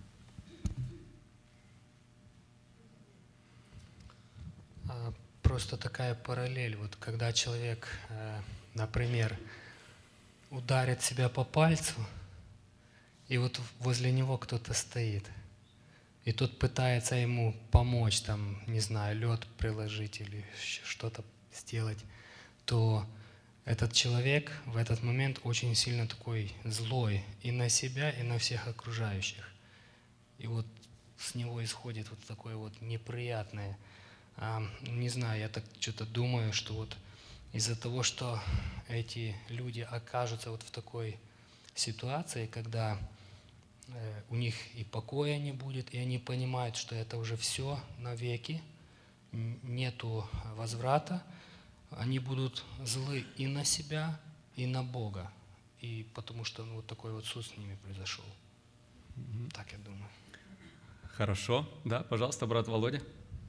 Просто такая параллель. Вот когда человек, например, ударит себя по пальцу, и вот возле него кто-то стоит, и тот пытается ему помочь, там, не знаю, лед приложить или что-то сделать, то этот человек в этот момент очень сильно такой злой и на себя, и на всех окружающих. И вот с него исходит вот такое вот неприятное. А, не знаю, я так что-то думаю, что вот из-за того, что эти люди окажутся вот в такой ситуации, когда э, у них и покоя не будет, и они понимают, что это уже все навеки, нету возврата, они будут злы и на себя, и на Бога, и потому что ну, вот такой вот суд с ними произошел. Mm-hmm. Так я думаю. Хорошо. Да, пожалуйста, брат Володя.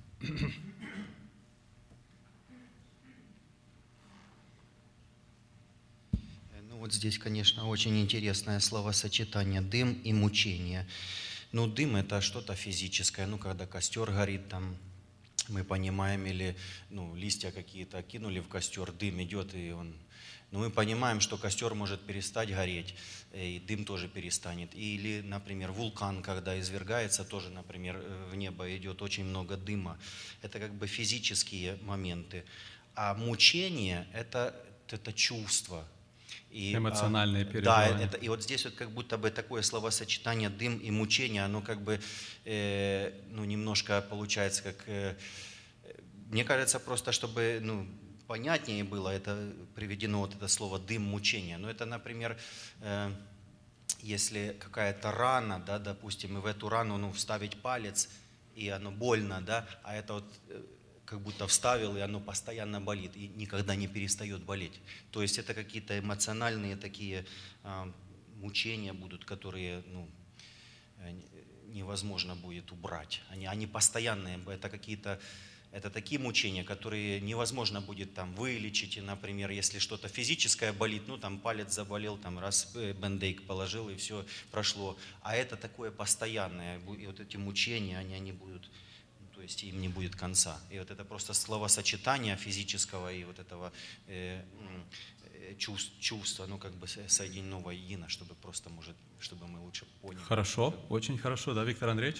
Ну вот здесь, конечно, очень интересное словосочетание «дым» и «мучение». Ну, дым – это что-то физическое, ну, когда костер горит, там, мы понимаем, или ну, листья какие-то кинули в костер, дым идет, и он… Но мы понимаем, что костер может перестать гореть, и дым тоже перестанет. Или, например, вулкан, когда извергается, тоже, например, в небо идет очень много дыма. Это как бы физические моменты. А мучение – это, это чувство. И, эмоциональные а, переживания. Да, это, и вот здесь вот как будто бы такое словосочетание «дым» и «мучение», оно как бы э, ну, немножко получается как… Э, мне кажется, просто чтобы… Ну, понятнее было, это приведено вот это слово «дым мучения». Но это, например, э, если какая-то рана, да, допустим, и в эту рану ну, вставить палец, и оно больно, да, а это вот э, как будто вставил, и оно постоянно болит, и никогда не перестает болеть. То есть это какие-то эмоциональные такие э, мучения будут, которые ну, невозможно будет убрать. Они, они постоянные, это какие-то… Это такие мучения, которые невозможно будет там вылечить. И, например, если что-то физическое болит, ну там палец заболел, там раз бэндейк положил и все прошло. А это такое постоянное. И вот эти мучения, они, они будут, то есть им не будет конца. И вот это просто словосочетание физического и вот этого э, чувств, чувства, ну как бы соединено воедино, чтобы просто, может, чтобы мы лучше поняли. Хорошо, очень хорошо, да, Виктор Андреевич?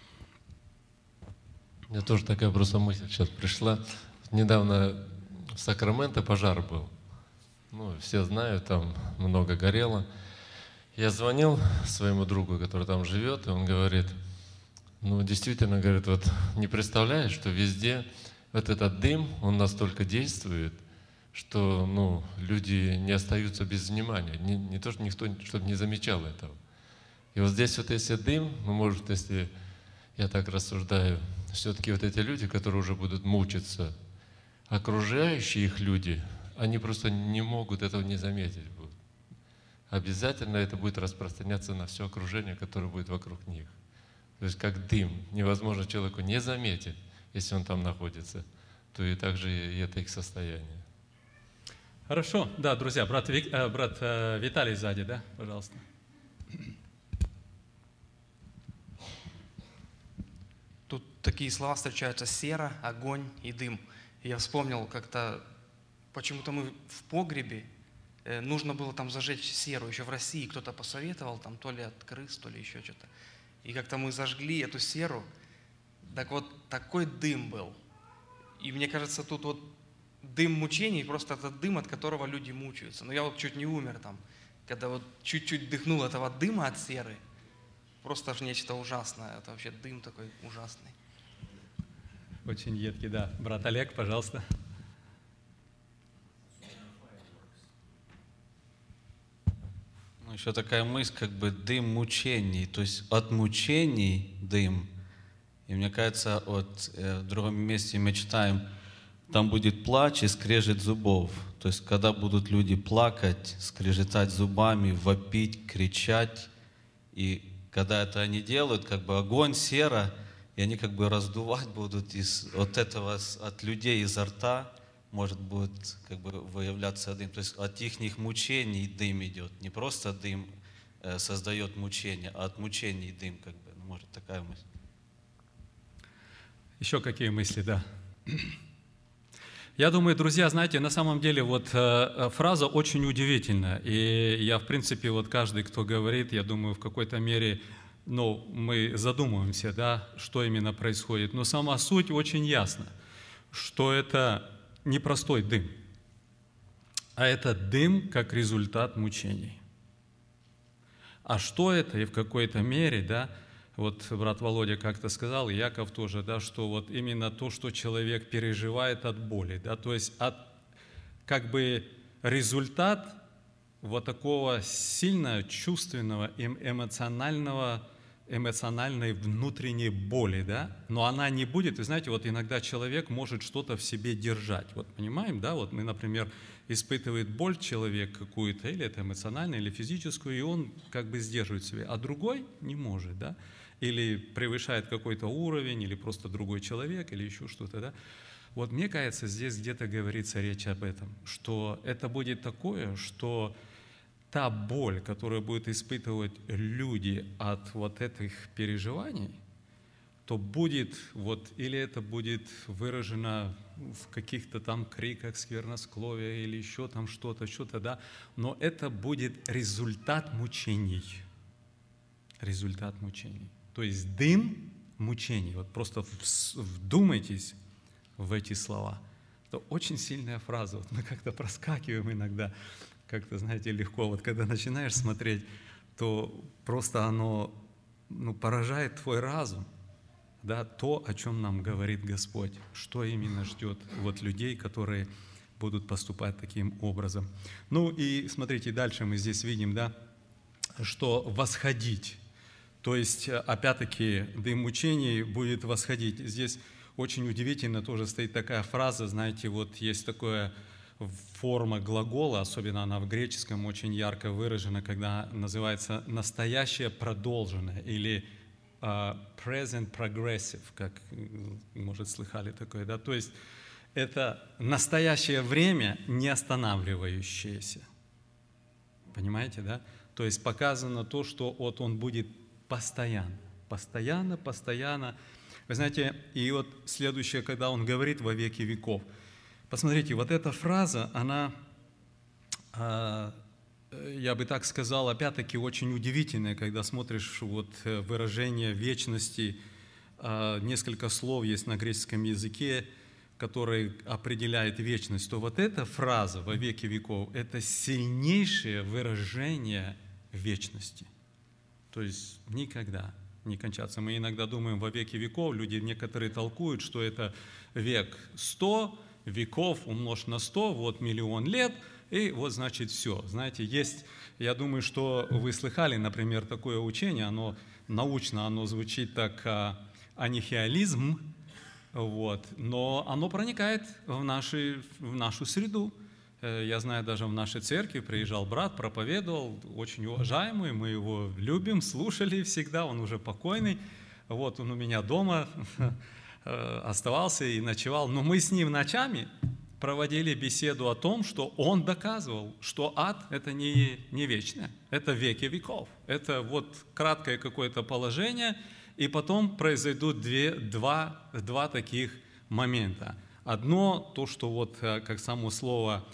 Мне тоже такая просто мысль сейчас пришла. Недавно в Сакраменто пожар был. Ну, все знают, там много горело. Я звонил своему другу, который там живет, и он говорит, ну, действительно, говорит, вот не представляешь, что везде вот этот дым, он настолько действует, что, ну, люди не остаются без внимания. Не, не то, что никто, чтобы не замечал этого. И вот здесь вот если дым, ну, может, если я так рассуждаю, все-таки вот эти люди, которые уже будут мучиться, окружающие их люди, они просто не могут этого не заметить. Будут. Обязательно это будет распространяться на все окружение, которое будет вокруг них. То есть как дым. Невозможно человеку не заметить, если он там находится, то и также и это их состояние. Хорошо. Да, друзья, брат, Вик, э, брат э, Виталий сзади, да, пожалуйста. Тут такие слова встречаются: сера, огонь и дым. И я вспомнил как-то, почему-то мы в погребе, э, нужно было там зажечь серу. Еще в России кто-то посоветовал, там то ли от крыс, то ли еще что-то. И как-то мы зажгли эту серу. Так вот, такой дым был. И мне кажется, тут вот дым мучений, просто это дым, от которого люди мучаются. Но я вот чуть не умер там, когда вот чуть-чуть дыхнул этого дыма от серы. Просто аж нечто ужасное. Это вообще дым такой ужасный. Очень едкий, да. Брат Олег, пожалуйста. Ну, еще такая мысль, как бы дым мучений. То есть от мучений дым. И мне кажется, вот э, в другом месте мы читаем, там будет плач и скрежет зубов. То есть когда будут люди плакать, скрежетать зубами, вопить, кричать, и когда это они делают, как бы огонь, сера, и они как бы раздувать будут из от этого, от людей изо рта, может будет как бы выявляться дым. То есть от их мучений дым идет. Не просто дым э, создает мучение, а от мучений дым, как бы, может такая мысль. Еще какие мысли, да? Я думаю, друзья, знаете, на самом деле вот э, фраза очень удивительна. И я, в принципе, вот каждый, кто говорит, я думаю, в какой-то мере, ну, мы задумываемся, да, что именно происходит. Но сама суть очень ясна, что это не простой дым, а это дым как результат мучений. А что это и в какой-то мере, да, вот брат Володя как-то сказал, и Яков тоже, да, что вот именно то, что человек переживает от боли, да, то есть от как бы результат вот такого сильно чувственного, эмоционального, эмоциональной внутренней боли, да? Но она не будет, вы знаете, вот иногда человек может что-то в себе держать. Вот понимаем, да? Вот мы, например, испытывает боль человек какую-то, или это эмоциональную, или физическую, и он как бы сдерживает себя, а другой не может, да? Или превышает какой-то уровень, или просто другой человек, или еще что-то, да? Вот мне кажется, здесь где-то говорится речь об этом, что это будет такое, что та боль, которую будут испытывать люди от вот этих переживаний, то будет, вот, или это будет выражено в каких-то там криках, сквернословия или еще там что-то, что-то, да, но это будет результат мучений. Результат мучений. То есть дым мучений. Вот просто вдумайтесь в эти слова. Это очень сильная фраза. Вот мы как-то проскакиваем иногда, как-то, знаете, легко. Вот когда начинаешь смотреть, то просто оно, ну, поражает твой разум. Да, то, о чем нам говорит Господь, что именно ждет вот людей, которые будут поступать таким образом. Ну и смотрите, дальше мы здесь видим, да, что восходить. То есть, опять-таки, дым мучений будет восходить. Здесь очень удивительно тоже стоит такая фраза, знаете, вот есть такая форма глагола, особенно она в греческом очень ярко выражена, когда называется «настоящее продолженное» или uh, «present progressive», как, может, слыхали такое, да? То есть это настоящее время, не останавливающееся. Понимаете, да? То есть показано то, что вот он будет постоянно, постоянно, постоянно. Вы знаете, и вот следующее, когда он говорит «во веки веков». Посмотрите, вот эта фраза, она, я бы так сказал, опять-таки очень удивительная, когда смотришь вот выражение вечности, несколько слов есть на греческом языке, которые определяют вечность, то вот эта фраза «во веки веков» – это сильнейшее выражение вечности. То есть никогда не кончаться. Мы иногда думаем во веки веков, люди некоторые толкуют, что это век сто, веков умножь на сто, вот миллион лет, и вот значит все. Знаете, есть, я думаю, что вы слыхали, например, такое учение, оно научно, оно звучит так анихилизм, вот, но оно проникает в, наши, в нашу среду. Я знаю, даже в нашей церкви приезжал брат, проповедовал, очень уважаемый, мы его любим, слушали всегда, он уже покойный. Вот он у меня дома оставался и ночевал. Но мы с ним ночами проводили беседу о том, что он доказывал, что ад – это не, не вечное, это веки веков. Это вот краткое какое-то положение, и потом произойдут две, два, два таких момента. Одно, то, что вот как само слово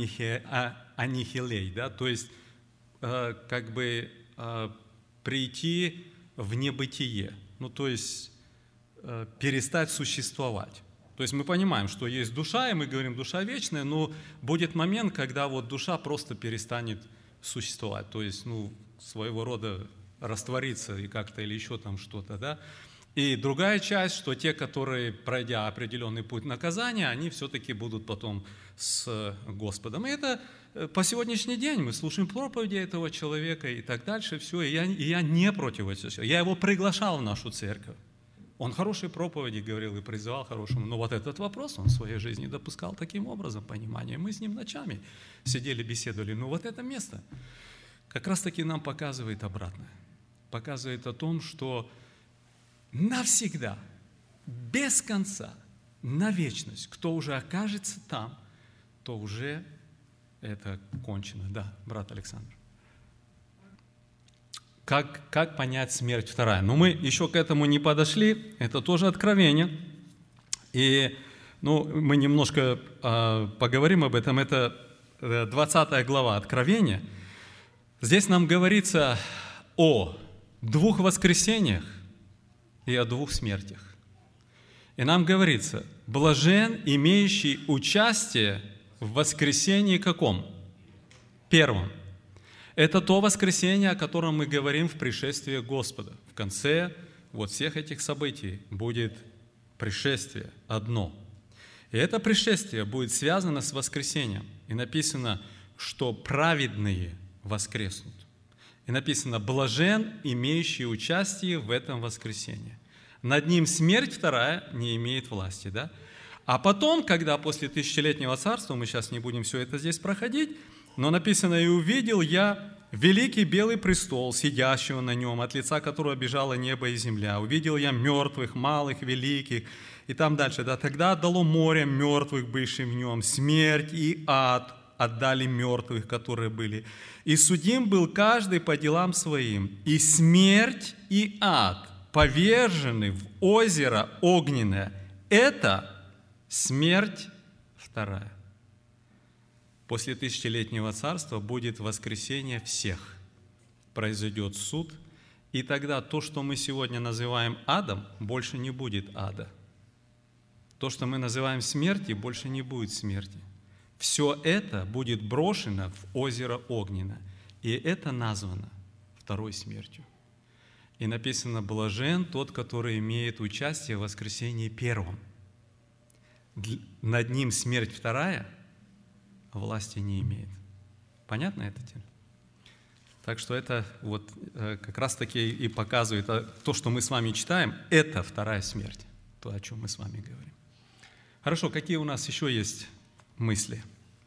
анихилей, да, то есть э, как бы э, прийти в небытие, ну то есть э, перестать существовать. То есть мы понимаем, что есть душа, и мы говорим, душа вечная, но будет момент, когда вот душа просто перестанет существовать, то есть, ну, своего рода раствориться и как-то или еще там что-то, да. И другая часть, что те, которые, пройдя определенный путь наказания, они все-таки будут потом с Господом. И это по сегодняшний день мы слушаем проповеди этого человека и так дальше, все. И я, и я не против этого. Я его приглашал в нашу церковь. Он хорошие проповеди говорил и призывал хорошему. Но вот этот вопрос он в своей жизни допускал таким образом, понимание. Мы с ним ночами сидели, беседовали. Но вот это место как раз-таки нам показывает обратное. Показывает о том, что навсегда, без конца, на вечность, кто уже окажется там, то уже это кончено. Да, брат Александр. Как, как понять смерть вторая? Но мы еще к этому не подошли, это тоже откровение. И ну, мы немножко э, поговорим об этом. Это двадцатая глава Откровения. Здесь нам говорится о двух воскресениях и о двух смертях. И нам говорится, блажен, имеющий участие в воскресении каком? Первом. Это то воскресение, о котором мы говорим в пришествии Господа. В конце вот всех этих событий будет пришествие одно. И это пришествие будет связано с воскресением. И написано, что праведные воскреснут. И написано: блажен, имеющий участие в этом воскресении. Над ним смерть вторая не имеет власти, да? А потом, когда после тысячелетнего царства, мы сейчас не будем все это здесь проходить, но написано: «И увидел я великий белый престол, сидящего на нем, от лица которого бежало небо и земля. Увидел я мертвых, малых, великих». И там дальше: «Да тогда отдало море мертвых, бывших в нем, смерть и ад отдали мертвых, которые были. И судим был каждый по делам своим. И смерть и ад повержены в озеро огненное». Это смерть вторая. После тысячелетнего царства будет воскресение всех. Произойдет суд, и тогда то, что мы сегодня называем адом, больше не будет ада. То, что мы называем смертью, больше не будет смерти. Все это будет брошено в озеро огненное, и это названо второй смертью. И написано: блажен тот, который имеет участие в воскресении первом. Над ним смерть вторая власти не имеет. Понятно это теперь? Так что это вот как раз-таки и показывает то, что мы с вами читаем, это вторая смерть, то, о чем мы с вами говорим. Хорошо, какие у нас еще есть мысли?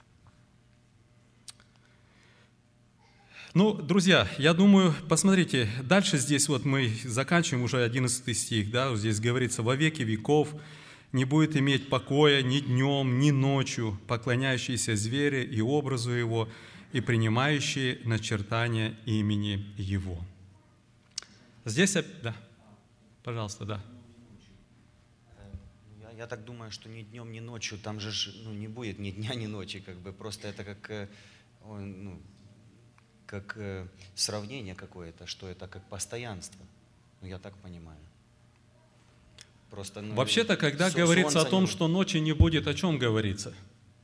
Ну, друзья, я думаю, посмотрите, дальше здесь вот мы заканчиваем уже одиннадцатый стих, да, вот здесь говорится: «Во веки веков не будет иметь покоя ни днем, ни ночью поклоняющиеся зверю и образу его, и принимающие начертания имени его». Здесь, да, пожалуйста, да. Я, я так думаю, что ни днем, ни ночью там же ну, не будет ни дня, ни ночи, как бы просто это как, ну, как сравнение какое-то, что это как постоянство. Ну, я так понимаю. Просто, ну, вообще-то, когда говорится о том, не... что ночи не будет, о чем говорится?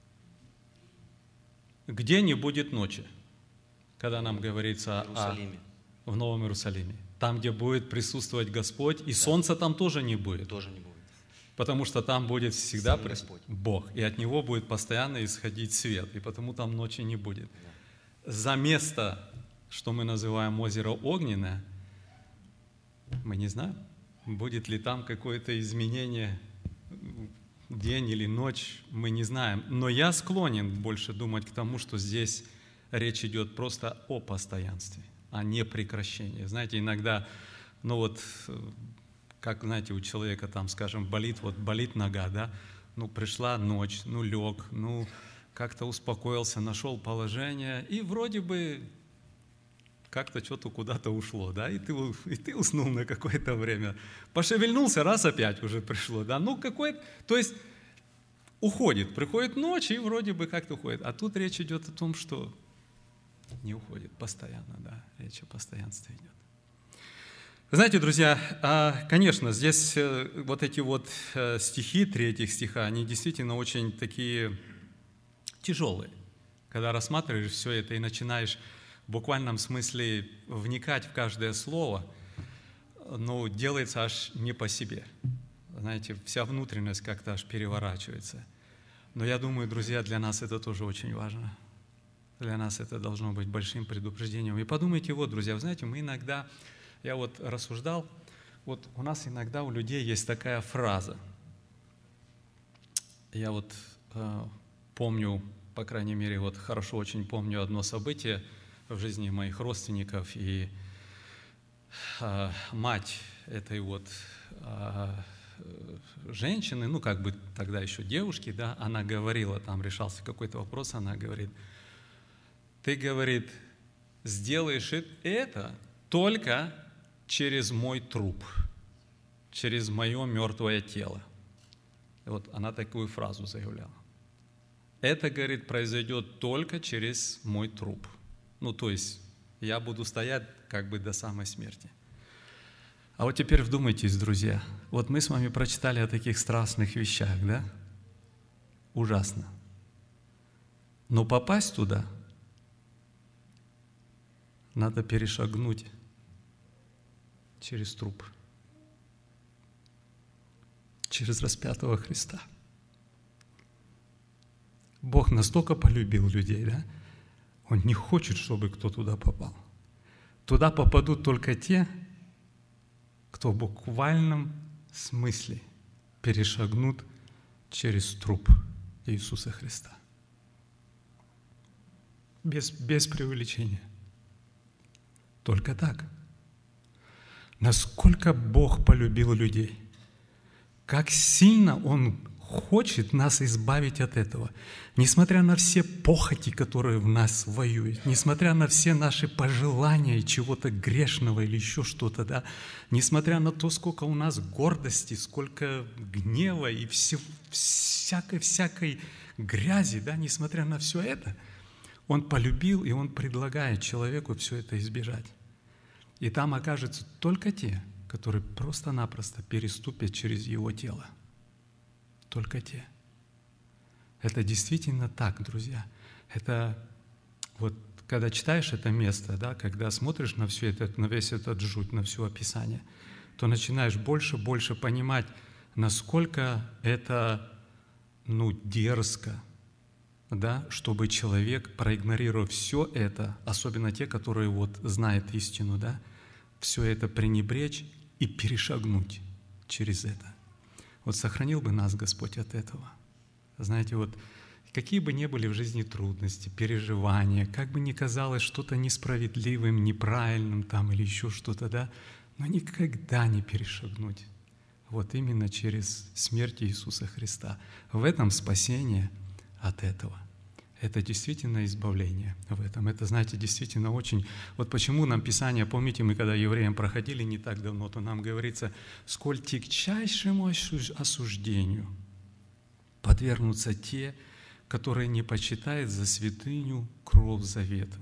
Где не будет ночи? Когда нам говорится о, в Новом Иерусалиме. Там, где будет присутствовать Господь, и да. солнца там тоже не будет. Тоже не будет. Потому что там будет всегда Сам Господь. Бог, и от Него будет постоянно исходить свет, и потому там ночи не будет. Да. За место, что мы называем озеро Огненное, мы не знаем, будет ли там какое-то изменение, день или ночь, мы не знаем. Но я склонен больше думать к тому, что здесь речь идет просто о постоянстве, а не прекращении. Знаете, иногда, ну вот, как, знаете, у человека там, скажем, болит, вот болит нога, да, ну пришла ночь, ну лег, ну как-то успокоился, нашел положение, и вроде бы как-то что-то куда-то ушло, да, и ты, и ты уснул на какое-то время. Пошевельнулся, раз опять уже пришло, да, ну какой-то, то есть уходит, приходит ночь, и вроде бы как-то уходит. А тут речь идет о том, что не уходит постоянно, да, речь о постоянстве идет. Знаете, друзья, конечно, здесь вот эти вот стихи, три этих стиха, они действительно очень такие тяжелые. Когда рассматриваешь все это и начинаешь в буквальном смысле вникать в каждое слово, ну, делается аж не по себе. Знаете, вся внутренность как-то аж переворачивается. Но я думаю, друзья, для нас это тоже очень важно. Для нас это должно быть большим предупреждением. И подумайте, вот, друзья, вы знаете, мы иногда, я вот рассуждал, вот у нас иногда у людей есть такая фраза. Я вот э, помню, по крайней мере, вот хорошо очень помню одно событие в жизни моих родственников, и э, мать этой вот э, женщины, ну как бы тогда еще девушки, да, она говорила, там решался какой-то вопрос, она говорит: ты, говорит, сделаешь это только через мой труп, через мое мертвое тело. И вот она такую фразу заявляла. Это, говорит, произойдет только через мой труп. Ну, то есть я буду стоять как бы до самой смерти. А вот теперь вдумайтесь, друзья. Вот мы с вами прочитали о таких страстных вещах, да? Ужасно. Но попасть туда надо перешагнуть через труп, через распятого Христа. Бог настолько полюбил людей, да, Он не хочет, чтобы кто туда попал. Туда попадут только те, кто в буквальном смысле перешагнут через труп Иисуса Христа. Без, без преувеличения. Только так. Насколько Бог полюбил людей, как сильно Он хочет нас избавить от этого. Несмотря на все похоти, которые в нас воюют, несмотря на все наши пожелания чего-то грешного или еще что-то, да, несмотря на то, сколько у нас гордости, сколько гнева и все, всякой, всякой грязи, да, несмотря на все это, Он полюбил, и Он предлагает человеку все это избежать. И там окажутся только те, которые просто-напросто переступят через Его тело. Только те. Это действительно так, друзья. Это вот, когда читаешь это место, да, когда смотришь на все это, на весь этот жуть, на все описание, то начинаешь больше и больше понимать, насколько это, ну, дерзко, да, чтобы человек, проигнорировав все это, особенно те, которые вот знают истину, да, все это пренебречь и перешагнуть через это. Вот сохранил бы нас Господь от этого. Знаете, вот какие бы ни были в жизни трудности, переживания, как бы ни казалось что-то несправедливым, неправильным там или еще что-то, да, но никогда не перешагнуть. Вот именно через смерть Иисуса Христа. В этом спасение от этого. Это действительно избавление в этом. Это, знаете, действительно очень... Вот почему нам Писание, помните, мы когда евреям проходили не так давно, то нам говорится, сколь тягчайшему осуждению подвергнутся те, которые не почитают за святыню кровь завета.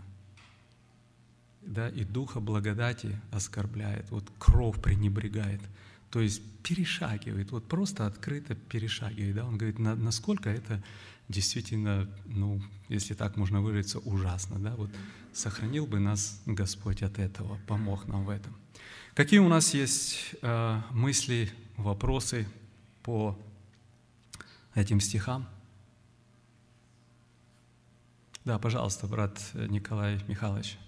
Да, и духа благодати оскорбляет, вот кровь пренебрегает. То есть перешагивает, вот просто открыто перешагивает. Да? Он говорит, насколько это действительно, ну, если так можно выразиться, ужасно. Да? Вот сохранил бы нас Господь от этого, помог нам в этом. Какие у нас есть э, мысли, вопросы по этим стихам? Да, пожалуйста, брат Николай Михайлович.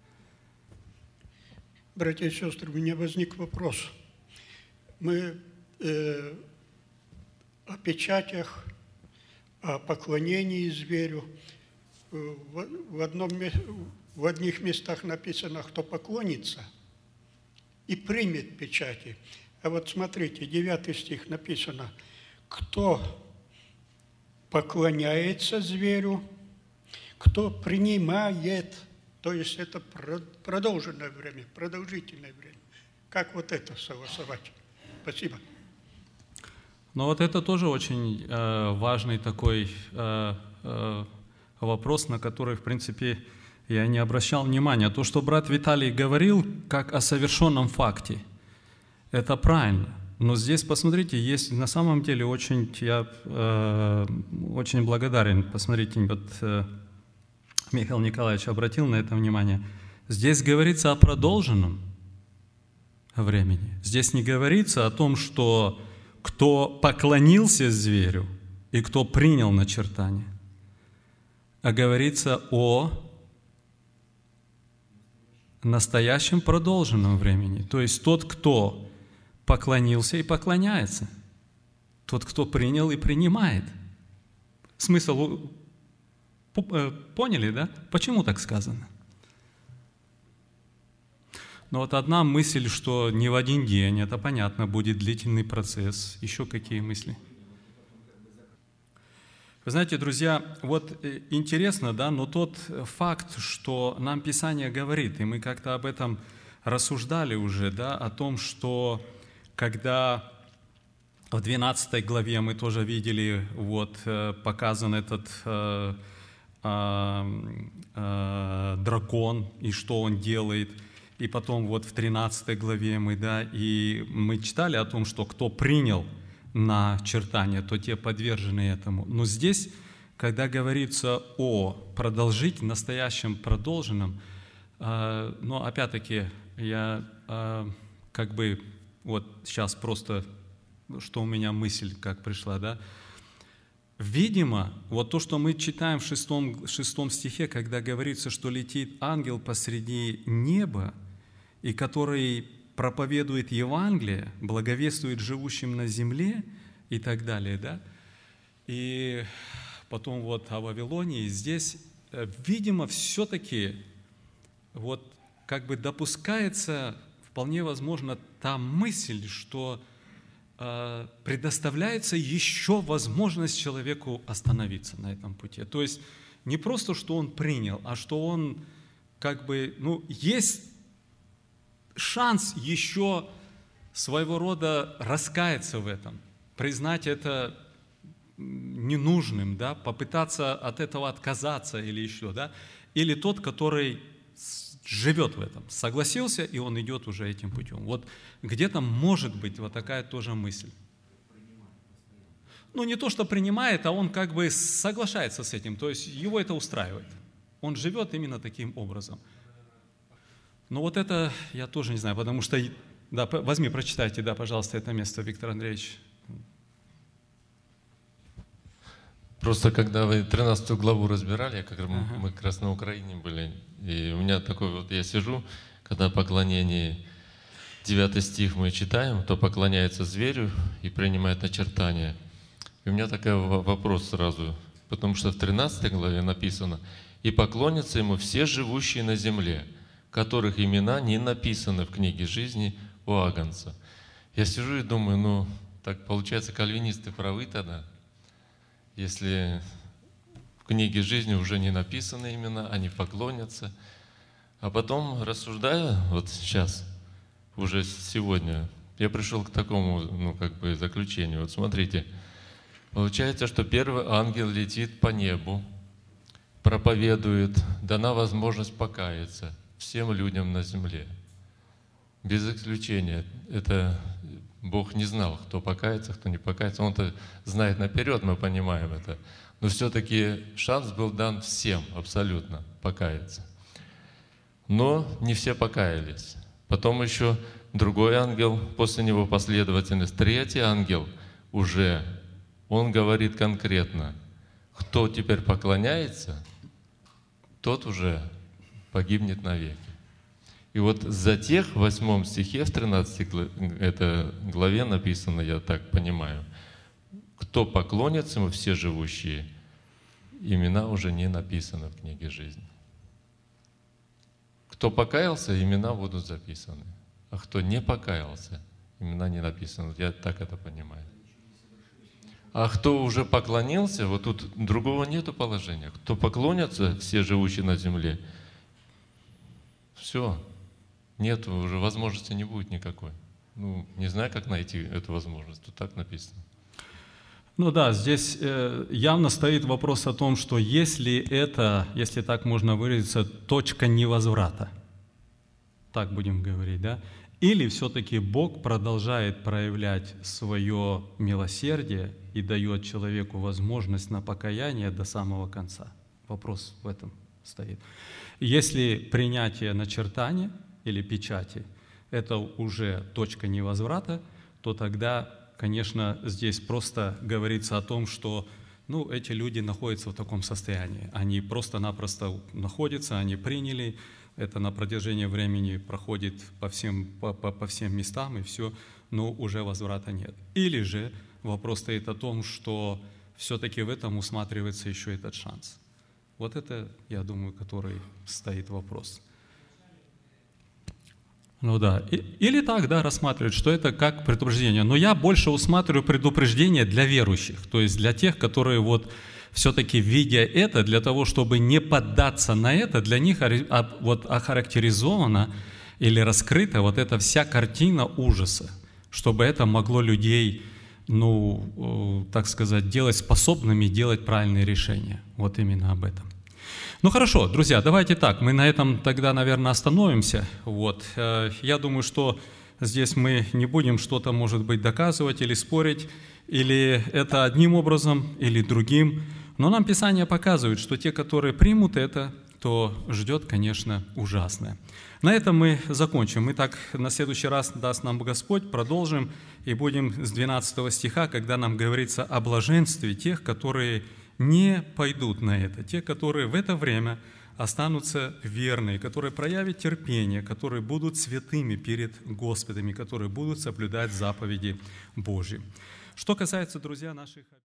Братья и сестры, у меня возник вопрос. Мы э, о печатях, о поклонении зверю. В, в, одном, в одних местах написано, кто поклонится и примет печати. А вот смотрите, девятый стих написано, кто поклоняется зверю, кто принимает, то есть это продолженное время, продолжительное время. Как вот это согласовать? Спасибо. Ну вот это тоже очень э, важный такой э, э, вопрос, на который, в принципе, я не обращал внимания. То, что брат Виталий говорил, как о совершенном факте, это правильно. Но здесь, посмотрите, есть на самом деле очень, я э, очень благодарен. Посмотрите, вот э, Михаил Николаевич обратил на это внимание. Здесь говорится о продолженном времени. Здесь не говорится о том, что кто поклонился зверю и кто принял начертание, а говорится о настоящем продолженном времени. То есть тот, кто поклонился и поклоняется, тот, кто принял и принимает. Смысл поняли, да? Почему так сказано? Но вот одна мысль, что не в один день, это понятно, будет длительный процесс. Еще какие мысли? Вы знаете, друзья, вот интересно, да, но тот факт, что нам Писание говорит, и мы как-то об этом рассуждали уже, да, о том, что когда в двенадцатой главе мы тоже видели, вот, показан этот э, э, э, дракон и что он делает. И потом вот в тринадцатой главе мы, да, и мы читали о том, что кто принял начертание, то те подвержены этому. Но здесь, когда говорится о продолжительном, настоящем продолженном, э, но опять-таки я э, как бы вот сейчас просто, что у меня мысль как пришла, да, видимо, вот то, что мы читаем в шестом, шестом стихе, когда говорится, что летит ангел посреди неба, и который проповедует Евангелие, благовествует живущим на земле и так далее, да? И потом вот о Вавилоне, и здесь, видимо, все-таки вот как бы допускается, вполне возможно, та мысль, что э, предоставляется еще возможность человеку остановиться на этом пути. То есть не просто, что он принял, а что он как бы, ну, есть шанс еще своего рода раскаяться в этом, признать это ненужным, да, попытаться от этого отказаться или еще, да, или тот, который живет в этом, согласился, и он идет уже этим путем. Вот где-то может быть вот такая тоже мысль. Ну, не то, что принимает, а он как бы соглашается с этим, то есть его это устраивает. Он живет именно таким образом. Но вот это я тоже не знаю, потому что... Да, возьми, прочитайте, да, пожалуйста, это место, Виктор Андреевич. Просто когда вы тринадцатую главу разбирали, как ага. мы как раз на Украине были, и у меня такой вот, я сижу, когда поклонение, девятый стих мы читаем, то поклоняется зверю и принимает начертание. И у меня такой вопрос сразу, потому что в тринадцатой главе написано, «И поклонятся ему все живущие на земле, которых имена не написаны в книге жизни у Агнца». Я сижу и думаю, ну, так получается, кальвинисты правы тогда. Если в книге жизни уже не написаны имена, они поклонятся. А потом, рассуждая, вот сейчас, уже сегодня, я пришел к такому, ну, как бы заключению. Вот смотрите, получается, что первый ангел летит по небу, проповедует, дана возможность покаяться всем людям на земле. Без исключения. Это Бог не знал, кто покается, кто не покается. Он-то знает наперед, мы понимаем это. Но все-таки шанс был дан всем абсолютно покаяться. Но не все покаялись. Потом еще другой ангел, после него последовательность. Третий ангел уже, он говорит конкретно, кто теперь поклоняется, тот уже погибнет навеки. И вот за тех в восьмом стихе, в тринадцатой главе написано, я так понимаю, кто поклонится ему, все живущие, имена уже не написаны в книге жизни. Кто покаялся, имена будут записаны. А кто не покаялся, имена не написаны. Я так это понимаю. А кто уже поклонился, вот тут другого нету положения. Кто поклонятся, все живущие на земле, все. Нет, уже возможности не будет никакой. Ну, не знаю, как найти эту возможность. Тут так написано. Ну да, здесь э, явно стоит вопрос о том, что если это, если так можно выразиться, точка невозврата, так будем говорить, да, или все-таки Бог продолжает проявлять свое милосердие и дает человеку возможность на покаяние до самого конца. Вопрос в этом стоит. Если принятие начертания или печати – это уже точка невозврата, то тогда, конечно, здесь просто говорится о том, что ну, эти люди находятся в таком состоянии. Они просто-напросто находятся, они приняли, это на протяжении времени проходит по всем, по, по, по всем местам, и все, но уже возврата нет. Или же вопрос стоит о том, что все-таки в этом усматривается еще этот шанс. Вот это, я думаю, который стоит вопрос. Ну да, или так, да, рассматривать, что это как предупреждение. Но я больше усматриваю предупреждение для верующих, то есть для тех, которые вот все-таки, видя это, для того, чтобы не поддаться на это, для них вот охарактеризована или раскрыта вот эта вся картина ужаса, чтобы это могло людей, ну, так сказать, делать способными делать правильные решения. Вот именно об этом. Ну хорошо, друзья, давайте так, мы на этом тогда, наверное, остановимся. Вот. Я думаю, что здесь мы не будем что-то, может быть, доказывать или спорить, или это одним образом, или другим. Но нам Писание показывает, что те, которые примут это, то ждет, конечно, ужасное. На этом мы закончим. Мы так на следующий раз, даст нам Господь, продолжим и будем с двенадцатого стиха, когда нам говорится о блаженстве тех, которые не пойдут на это, те, которые в это время останутся верные, которые проявят терпение, которые будут святыми перед Господом, которые будут соблюдать заповеди Божьи. Что касается, друзья, наших...